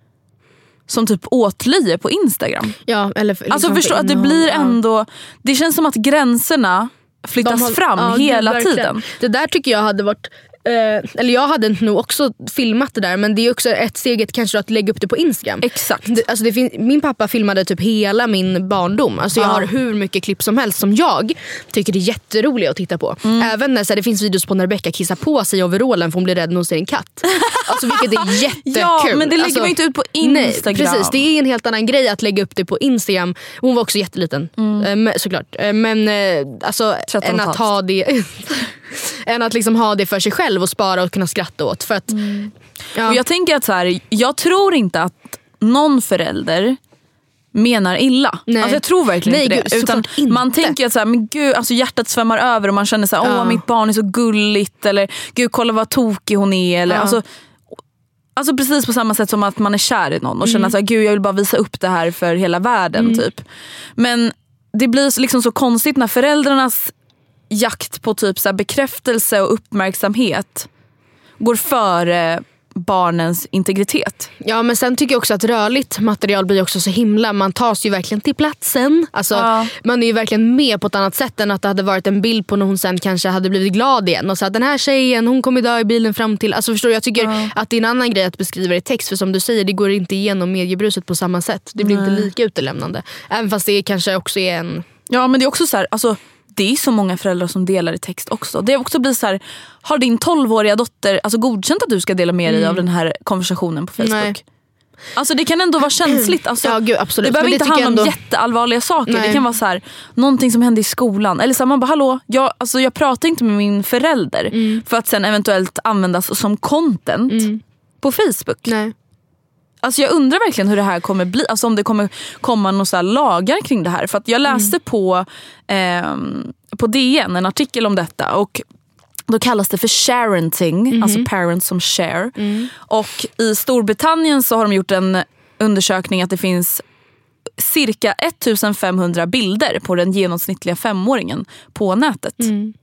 som typ åtlöje på Instagram. Ja, eller liksom alltså förstå att det blir ändå, det känns som att gränserna flyttas fram hela tiden. Det där tycker jag hade varit eller jag hade nog också filmat det där, men det är också ett steget kanske att lägga upp det på Instagram. Exakt. Alltså min pappa filmade typ hela min barndom. Alltså jag har hur mycket klipp som helst som jag tycker det är jätteroligt att titta på. Även när så här, det finns videos på när Rebecca kissar på sig overallen för hon blir rädd när hon ser en katt. Alltså vilket är jättekul. Ja, men det lägger man inte ut på Instagram. Nej, precis, det är en helt annan grej att lägga upp det på Instagram. Hon var också jätteliten, såklart. Men alltså än att ha det än att liksom ha det för sig själv och spara och kunna skratta åt. För att, Och jag tänker att så här, jag tror inte att någon förälder menar illa. Nej. Alltså jag tror verkligen inte Gud, det. Utan man tänker att så här, men gud, alltså hjärtat svämmar över och man känner så här, åh mitt barn är så gulligt, eller gud kolla vad tokig hon är, eller alltså precis på samma sätt som att man är kär i någon och känner så här, gud jag vill bara visa upp det här för hela världen typ. Men det blir liksom så konstigt när föräldrarnas jakt på typ så här bekräftelse och uppmärksamhet går före barnens integritet. Ja, men sen tycker jag också att rörligt material blir också så himla, man tas ju verkligen till platsen. Alltså man är ju verkligen med på ett annat sätt än att det hade varit en bild på när hon sen kanske hade blivit glad igen och så att den här tjejen, hon kommer dö i bilen fram till, alltså förstår du, jag tycker att det är en annan grej att beskriva det i text, för som du säger, det går inte igenom mediebruset på samma sätt. Det blir inte lika utelämnande. Även fast det kanske också är en... Ja, men det är också så här, alltså det är så många föräldrar som delar i text också. Det också blir så här, har din 12-åriga dotter alltså godkänt att du ska dela med dig av den här konversationen på Facebook? Nej. Alltså det kan ändå vara känsligt. Alltså, ja, gud, absolut. Det behöver inte handla om jätteallvarliga saker. Nej. Det kan vara så här, någonting som hände i skolan. Eller så här, man bara, hallå, jag pratar inte med min förälder för att sen eventuellt användas som content på Facebook. Nej. Alltså jag undrar verkligen hur det här kommer bli. Alltså om det kommer komma några så här lagar kring det här. För att jag läste på DN en artikel om detta. Och då kallas det för sharenting. Alltså parents som share. Och i Storbritannien så har de gjort en undersökning att det finns cirka 1500 bilder på den genomsnittliga 5-åringen på nätet.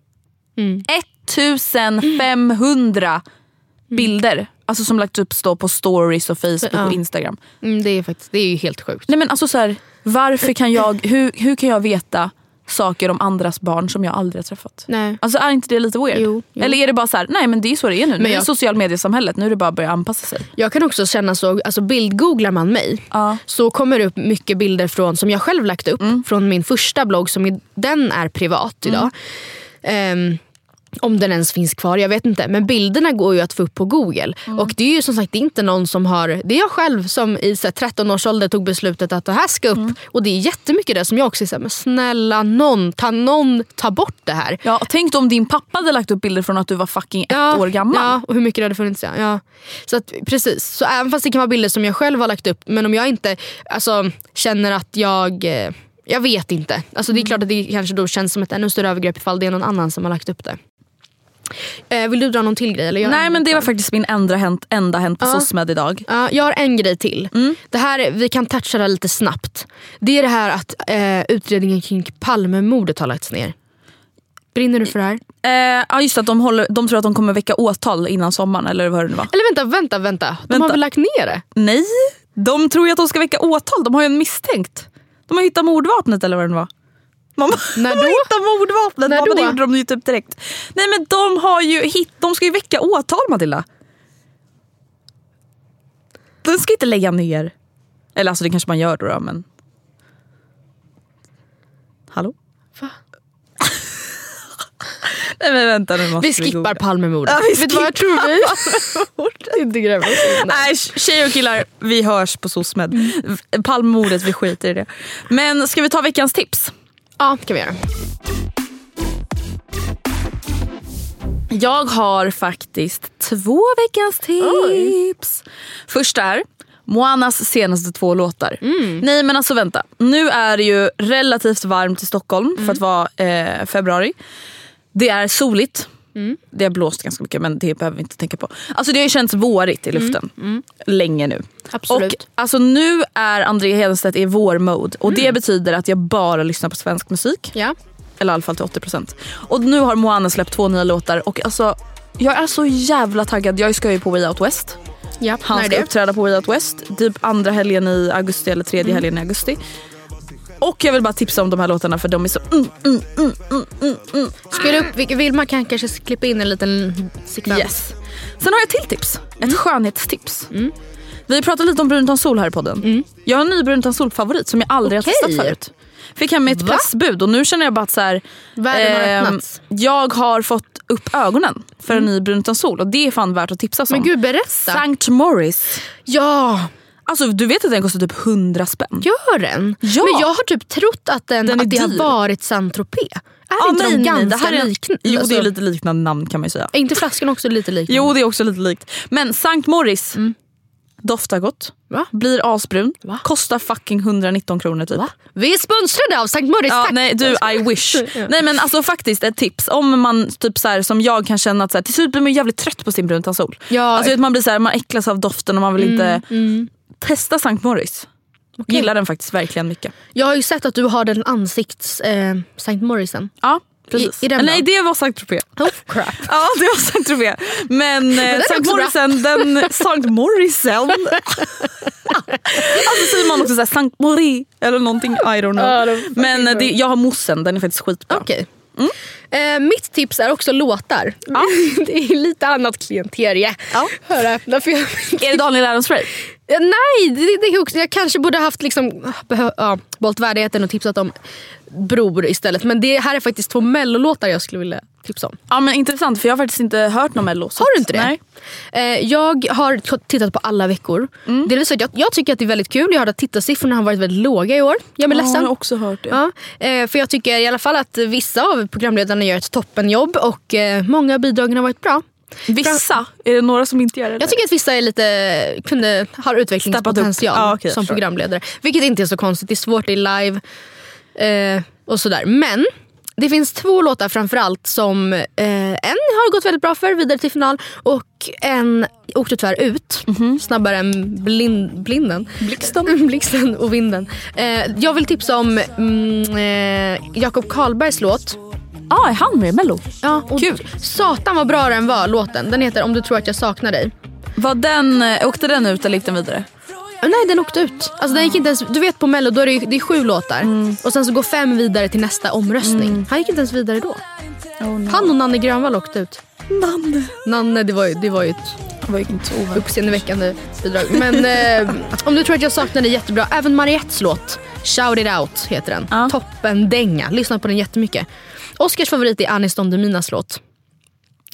1500 bilder. Alltså som lagt upp på stories och Facebook och Instagram. Det är ju helt sjukt. Nej, men alltså så här, varför kan jag hur kan jag veta saker om andras barn som jag aldrig har träffat? Nej. Alltså är inte det lite weird? Jo. Eller är det bara så här, nej men det är så det är nu. Nu är det social mediesamhället, nu är det bara att börja anpassa sig. Jag kan också känna så, alltså bildgooglar man mig så kommer det upp mycket bilder från, som jag själv lagt upp från min första blogg, som den är privat idag. Om den ens finns kvar, jag vet inte. Men bilderna går ju att få upp på Google. Och det är ju som sagt inte någon som har... Det är jag själv som i 13 års ålder tog beslutet att det här ska upp. Och det är jättemycket det som jag också säger, men snälla ta bort det här. Ja, tänk om din pappa hade lagt upp bilder från att du var fucking 1 år gammal. Ja, och hur mycket det hade funnits. Ja. Så att, precis. Så även fast det kan vara bilder som jag själv har lagt upp, men om jag inte känner att jag vet inte. Alltså det är klart att det kanske då känns som ett ännu större övergrepp ifall det är någon annan som har lagt upp det. Vill du dra någon till grej? Eller Nej, men det var faktiskt min enda hänt på SOSMED idag. Jag har en grej till. Det här, vi kan toucha det lite snabbt. Det är det här att utredningen kring Palmemordet har lagts ner. Brinner du för det här? Ja, just att de tror att de kommer väcka åtal innan sommaren, eller vad det nu var. Eller vänta. De har väl lagt ner det? Nej, de tror ju att de ska väcka åtal. De har ju en misstänkt. De har hittat mordvapnet, eller vad det nu var. När då? Hitta mordvapnet. När då? Det gjorde de ju typ direkt. Nej, men de ska ju väcka åtal, Matilda. De ska inte lägga ner. Eller alltså det kanske man gör då, men... Hallå? Va? Nej, men vänta, nu måste vi skippar Palmemordet. Ja, vet du vad jag tror? Inte gräva. Nej, tjejer och killar, vi hörs på SOSMED. Palmemordet, vi skiter i det. Men ska vi ta veckans tips? Ja, det kan vi göra. Jag har faktiskt 2 veckans tips. Första är Moanas senaste 2 låtar. Nej, men alltså vänta. Nu är det ju relativt varmt i Stockholm för att vara februari. Det är soligt. Det har blåst ganska mycket, men det behöver vi inte tänka på. Alltså det har ju känts vårigt i luften länge nu. Absolut. Och alltså nu är André Hedenstedt i vår-mode. Och det betyder att jag bara lyssnar på svensk musik. Ja. Eller i alla fall till 80%. Och nu har Moana släppt 2 nya låtar. Och alltså, jag är så jävla taggad. Jag ska ju på Way Out West. Ja, Han ska uppträda på Way Out West. Typ 2:a helgen i augusti eller 3:e helgen i augusti. Och jag vill bara tipsa om de här låtarna för de är så... Spela upp, vill man kanske klippa in en liten sekvens? Yes. Sen har jag ett till tips. Ett skönhetstips. Vi pratade lite om Brun utan sol här i podden. Jag har en ny Brun utan sol-favorit som jag aldrig har testat förut. Fick hem med ett pressbud och nu känner jag bara att så här, världen har öppnats. Jag har fått upp ögonen för en ny Brun utan sol och det är fan värt att tipsa om. Men gud, berätta. St. Morris. Ja. Alltså du vet att den kostar typ 100 spänn. Gör den? Ja. Men jag har typ trott att det har varit Saint-Tropez. Är inte de ganska det här är liknande? Jo, det är lite liknande namn kan man ju säga. Är inte flaskan också lite liknande? Jo, det är också lite likt. Men St. Morris doftar gott. Va? Blir asbrun. Va? Kostar fucking 119 kronor typ. Va? Vi är sponsrade av St. Morris. Ja, nej, du, I wish. Nej, men alltså faktiskt ett tips. Om man typ så här, som jag kan känna att så här, till slut blir man jävligt trött på sin brun utan sol. Ja. Alltså man blir så här, man äcklas av doften och man vill inte testa St. Morris. Okay. Gillar den faktiskt verkligen mycket. Jag har ju sett att du har den ansikts St. Morrisen. Ja. Precis. Nej, det var St. Tropez. Oh crap. Ja, det var St. Tropez. Men St. Morrisen, St. Morrisen. Alltså säger man också så här, St. Morris eller någonting, I don't know. Men jag har mossen, den är faktiskt skitbra. Okej. Mitt tips är också låtar. Ja. Det är lite annat klienterie. Ja. Höra. Är det Daniel Adams-Ray? Nej, det är också, jag kanske borde haft liksom, bålt värdigheten och tipsat om Bror istället. Men det här är faktiskt 2 mellolåtar jag skulle vilja tipsa om. Ja, men intressant, för jag har faktiskt inte hört någon mello. Har du inte det? Nej. Jag har tittat på alla veckor. Det vill säga, jag tycker att det är väldigt kul. Jag har hört att tittarsiffrorna har varit väldigt låga i år. Jag är ledsen. Jag har också hört det. Ja, för jag tycker i alla fall att vissa av programledarna gör ett toppenjobb och många av bidragen har varit bra. Vissa? Är det några som inte gör det? Jag tycker att vissa är lite, har utvecklingspotential som programledare. Vilket inte är så konstigt. Det är svårt, det är live och sådär. Men det finns 2 låtar framförallt som en har gått väldigt bra för, vidare till final, och en åkte tyvärr ut snabbare än blinden. Blixten och vinden. Jag vill tipsa om Jakob Karlbergs låt. Är han med i Mello? Ja, och kul. Satan vad bra den var, låten. Den heter Om du tror att jag saknar dig. Åkte den ut eller gick den vidare? Nej, den åkte ut. Alltså, den gick inte ens, du vet på Mello då är det är 7 låtar. Och sen så går 5 vidare till nästa omröstning. Han gick inte ens vidare då. Han och Nanne Grönvall åkte ut. Nanne, det var ju ett uppseendeväckande bidrag. Men Om du tror att jag saknar dig, jättebra. Även Mariettes låt Shout It Out heter den. Toppen dänga. Lyssna på den jättemycket. Oscars favorit är Anis Don Deminas låt.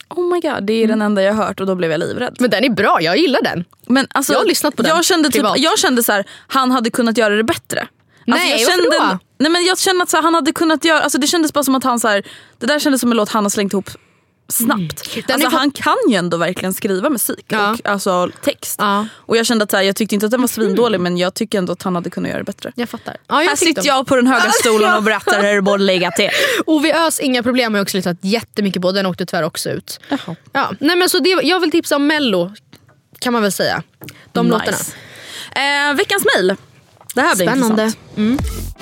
Oh my god, det är den enda jag har hört och då blev jag livrädd. Men den är bra, jag gillar den. Men alltså, jag har lyssnat på den. Jag kände så här, han hade kunnat göra det bättre. Nej, alltså jag kände att så här, han hade kunnat göra, alltså det kändes bara som att han så här, det där kändes som en låt han har slängt ihop snabbt. Alltså, han kan ju ändå verkligen skriva musik och alltså text. Och jag kände att så här, jag tyckte inte att den var svindålig, men jag tycker ändå att han hade kunnat göra det bättre. Jag fattar. Här sitter jag på den höga stolen och berättar hur det borde ligga till. Ove Ös, inga problem, har jag också lyssnat jättemycket på. Den åkte tyvärr också ut. Ja. Nej, men så jag vill tipsa om Mello, kan man väl säga. De låtarna. Veckans mejl. Det här blir spännande. Intressant.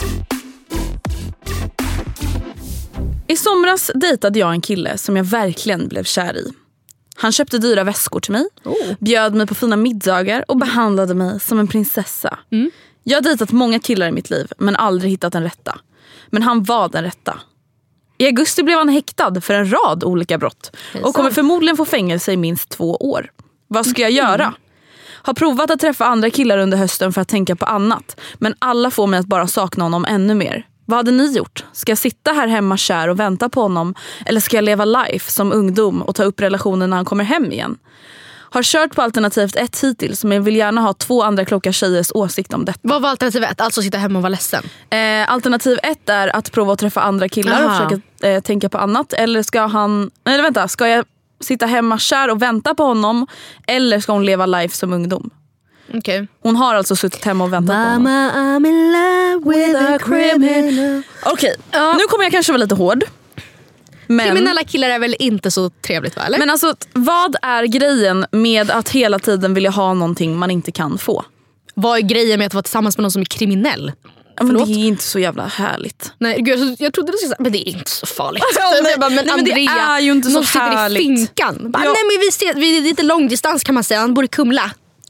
I somras dejtade jag en kille som jag verkligen blev kär i. Han köpte dyra väskor till mig, bjöd mig på fina middagar och behandlade mig som en prinsessa. Jag har dejtat många killar i mitt liv men aldrig hittat den rätta. Men han var den rätta. I augusti blev han häktad för en rad olika brott och kommer förmodligen få fängelse i minst 2 år. Vad ska jag göra? Har provat att träffa andra killar under hösten för att tänka på annat, men alla får mig att bara sakna honom ännu mer. Vad hade ni gjort? Ska jag sitta här hemma kär och vänta på honom? Eller ska jag leva life som ungdom och ta upp relationen när han kommer hem igen? Har kört på alternativt 1 hittills, men vill gärna ha 2 andra kloka tjejers åsikt om detta. Vad var alternativ 1? Alltså sitta hemma och vara ledsen? Alternativ 1 är att prova att träffa andra killar och försöka tänka på annat. Eller ska jag sitta hemma kär och vänta på honom? Eller ska hon leva life som ungdom? Okay. Hon har alltså suttit hemma och väntat på honom. I'm in love with a criminal. Okej, nu kommer jag kanske vara lite hård. Men kriminella killar är väl inte så trevligt, va? Eller? Men alltså, vad är grejen med att hela tiden vilja ha någonting man inte kan få? Vad är grejen med att vara tillsammans med någon som är kriminell? Men det är inte så jävla härligt. Nej, gud, jag trodde det skulle säga, men det är inte så farligt. Men Andrea, det är ju inte så härligt. Sitter i finkan. Nej, men vi är lite långdistans kan man säga. Han bor i Kumla.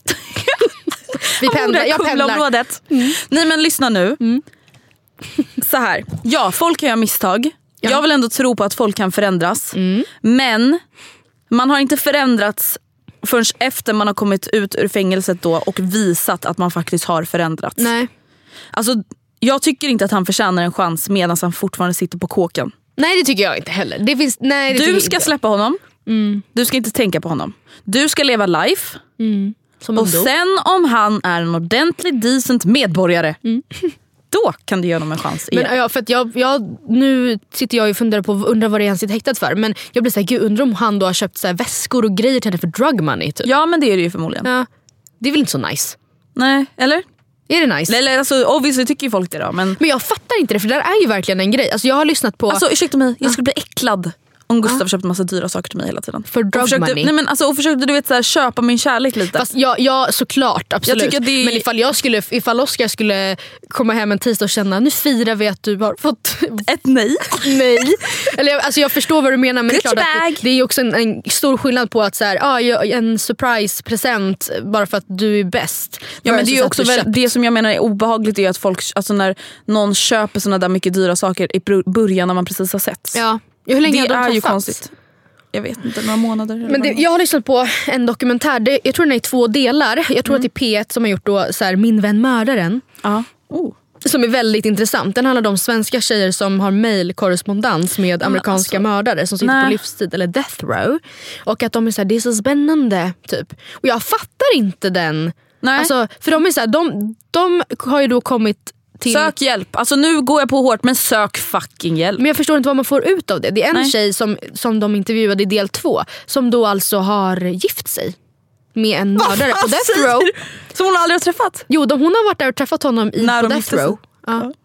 Vi pendlar. Jag pendlar. Nej, men lyssna nu. Så här. Ja, folk kan göra misstag. Jag vill ändå tro på att folk kan förändras. Men man har inte förändrats förrän efter man har kommit ut ur fängelset då och visat att man faktiskt har förändrats. Nej. Alltså, jag tycker inte att han förtjänar en chans medan han fortfarande sitter på kåken. Nej, det tycker jag inte heller. Du ska släppa honom. Du ska inte tänka på honom. Du ska leva life. Och sen om han är en ordentlig decent medborgare, då kan du ge honom en chans igen. Men, för att nu sitter jag och funderar på undrar vad det är han sitter häktad för. Men jag blir såhär, gud, undrar om han då har köpt så här väskor och grejer till henne för drug money typ. Ja, men det är det ju förmodligen. Ja, det är väl inte så nice. Nej, eller? Är det nice? Eller alltså, obviously tycker ju folk det då. Men jag fattar inte det, för det där är ju verkligen en grej. Alltså jag har lyssnat på... Alltså ursäkta mig, jag skulle bli äcklad om Gustav köpte massa dyra saker till mig hela tiden. För drug money? Nej, men alltså, och försökte du vet, så här, köpa min kärlek lite. Fast ja såklart, absolut. Men ifall Oscar skulle komma hem en tisdag och känna, nu firar vi att du har fått ett nej. Eller, alltså, jag förstår vad du menar, men det är klart att det är också en stor skillnad på att så här, en surprise-present bara för att du är bäst. Ja, men det är ju också det som jag menar är obehagligt är att folk, alltså när någon köper såna där mycket dyra saker i början när man precis har sett. Ja. Hur länge det är ju konstigt. Jag vet inte, några månader. Men jag har lyssnat på en dokumentär. Jag tror den är i 2 delar. Jag tror att det är P1 som har gjort då, så här, Min vän mördaren. Som är väldigt intressant. Den handlar om svenska tjejer som har mailkorrespondens med amerikanska mördare som sitter på livstid eller death row. Och att de är så här, det är så spännande typ. Och jag fattar inte den. Nej. Alltså, för de är så här, de har ju då kommit till... Sök hjälp. Alltså nu går jag på hårt, men sök fucking hjälp. Men jag förstår inte vad man får ut av det. Det är en tjej som de intervjuade i del 2 som då alltså har gift sig med en mördare på death row. Som hon aldrig har träffat? Jo, hon har varit där och träffat honom på death row. Ja.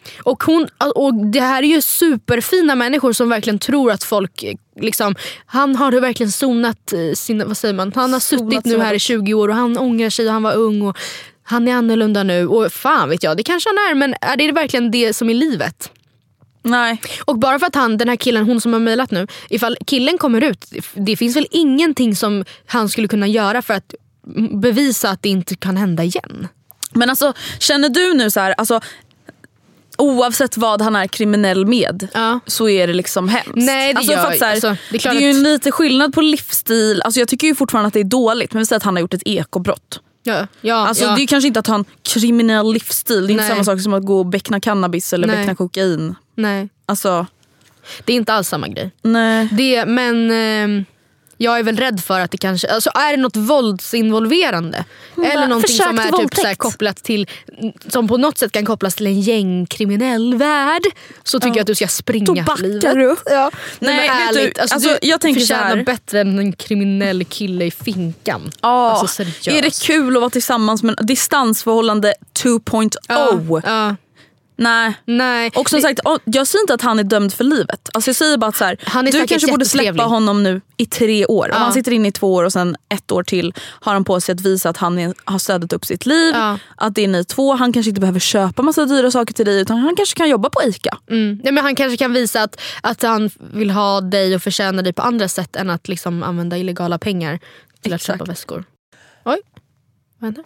Och det här är ju superfina människor som verkligen tror att folk liksom, han har verkligen sonat sina, vad säger man? Han har suttit nu här i 20 år och han ångrar sig och han var ung och han är annorlunda nu och fan vet jag, det kanske han är, men är det verkligen det som är livet? Nej. Och bara för att den här killen, hon som har mejlat nu, ifall killen kommer ut, det finns väl ingenting som han skulle kunna göra för att bevisa att det inte kan hända igen. Men alltså, känner du nu så här, alltså oavsett vad han är kriminell med så är det liksom hemskt. Nej, det alltså, gör så här, det är ju en lite skillnad på livsstil. Alltså jag tycker ju fortfarande att det är dåligt, men vi säger att han har gjort ett ekobrott. Alltså det är kanske inte att ha en kriminell livsstil. Det är inte samma sak som att gå och beckna cannabis eller beckna kokain. Nej. Alltså, det är inte alls samma grej. Nej. Men Jag är väl rädd för att det kanske, alltså är det något våldsinvolverande eller någonting som är typ så här kopplat till, som på något sätt kan kopplas till en gängkriminell värld, så tycker jag att du ska springa för livet. Ja. Nej, ärligt, alltså, jag tänker så här, bättre än en kriminell kille i finkan. Alltså, seriöst. Är det kul att vara tillsammans med en distansförhållande 2.0? Nej. Och som sagt, jag säger inte att han är dömd för livet. Alltså jag säger bara att så här, du kanske borde släppa honom nu i 3 år. Om han sitter inne i 2 år och sen 1 år till har han på sig att visa att han har städat upp sitt liv. Att det är ni 2. Han kanske inte behöver köpa massa dyra saker till dig, utan han kanske kan jobba på ICA. Nej, men han kanske kan visa att han vill ha dig och förtjäna dig på andra sätt än att liksom använda illegala pengar till att köpa väskor. Oj, vänta.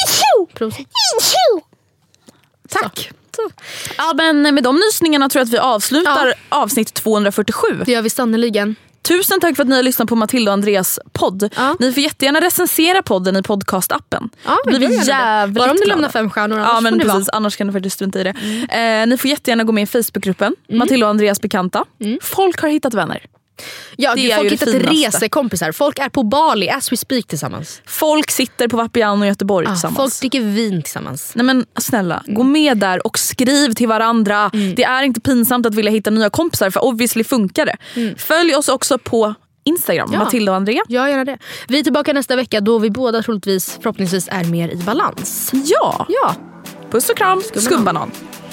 Tack. Ja, men med de nysningarna tror jag att vi avslutar avsnitt 247. Det gör vi sannoliken. Tusen tack för att ni har lyssnat på Matilda och Andreas podd. Ni får jättegärna recensera podden i podcastappen. Det blir vi jävligt bara om ni lämnar 5 stjärnor. Ja, men precis, annars kan du faktiskt strunta i det. Ni får jättegärna gå med i Facebookgruppen Matilda och Andreas bekanta. Folk har hittat vänner. Ja, folk har hittat resekompisar. Folk är på Bali as we speak tillsammans. Folk sitter på Vapiano och Göteborg tillsammans. Folk dricker vin tillsammans. Nej men snälla, gå med där och skriv till varandra. Det är inte pinsamt att vilja hitta nya kompisar, för obviously funkar det. Följ oss också på Instagram, Matilda och Andrea. Ja, gärna det. Vi är tillbaka nästa vecka då vi båda troligtvis förhoppningsvis är mer i balans. Ja. Puss och kram, skumbanan.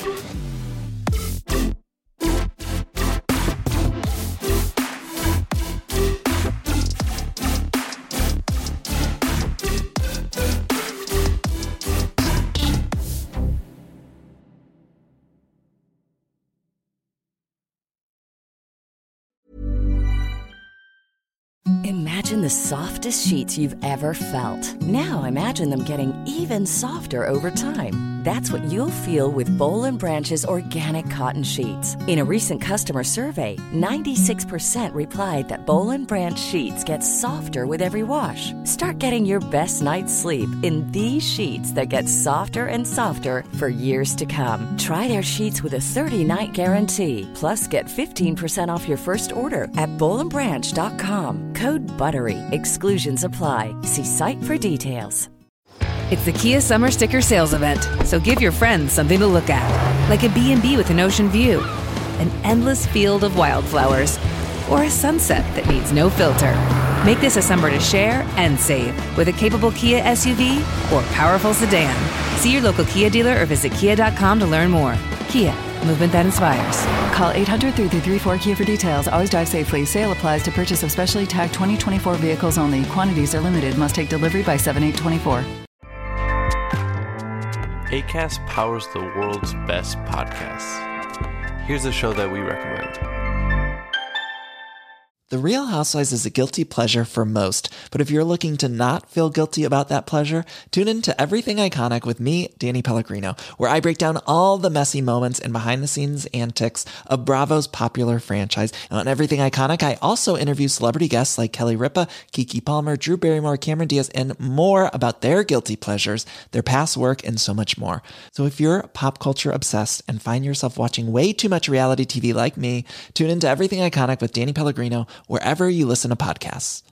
Imagine the softest sheets you've ever felt. Now imagine them getting even softer over time. That's what you'll feel with Boll & Branch's organic cotton sheets. In a recent customer survey, 96% replied that Boll & Branch sheets get softer with every wash. Start getting your best night's sleep in these sheets that get softer and softer for years to come. Try their sheets with a 30-night guarantee. Plus, get 15% off your first order at bollandbranch.com. Code BUTTERY. Exclusions apply. See site for details. It's the Kia Summer Sticker Sales Event, so give your friends something to look at. Like a B&B with an ocean view, an endless field of wildflowers, or a sunset that needs no filter. Make this a summer to share and save with a capable Kia SUV or powerful sedan. See your local Kia dealer or visit kia.com to learn more. Kia, movement that inspires. Call 800-3334-KIA for details. Always drive safely. Sale applies to purchase of specially tagged 2024 vehicles only. Quantities are limited. Must take delivery by 7/8/24. Acast powers the world's best podcasts. Here's a show that we recommend. The Real Housewives is a guilty pleasure for most, but if you're looking to not feel guilty about that pleasure, tune in to Everything Iconic with me, Danny Pellegrino, where I break down all the messy moments and behind-the-scenes antics of Bravo's popular franchise. And on Everything Iconic, I also interview celebrity guests like Kelly Ripa, Keke Palmer, Drew Barrymore, Cameron Diaz, and more about their guilty pleasures, their past work, and so much more. So if you're pop culture obsessed and find yourself watching way too much reality TV like me, tune in to Everything Iconic with Danny Pellegrino, wherever you listen to podcasts.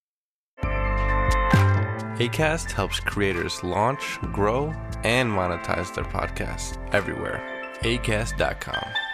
Acast helps creators launch, grow, and monetize their podcasts everywhere. Acast.com.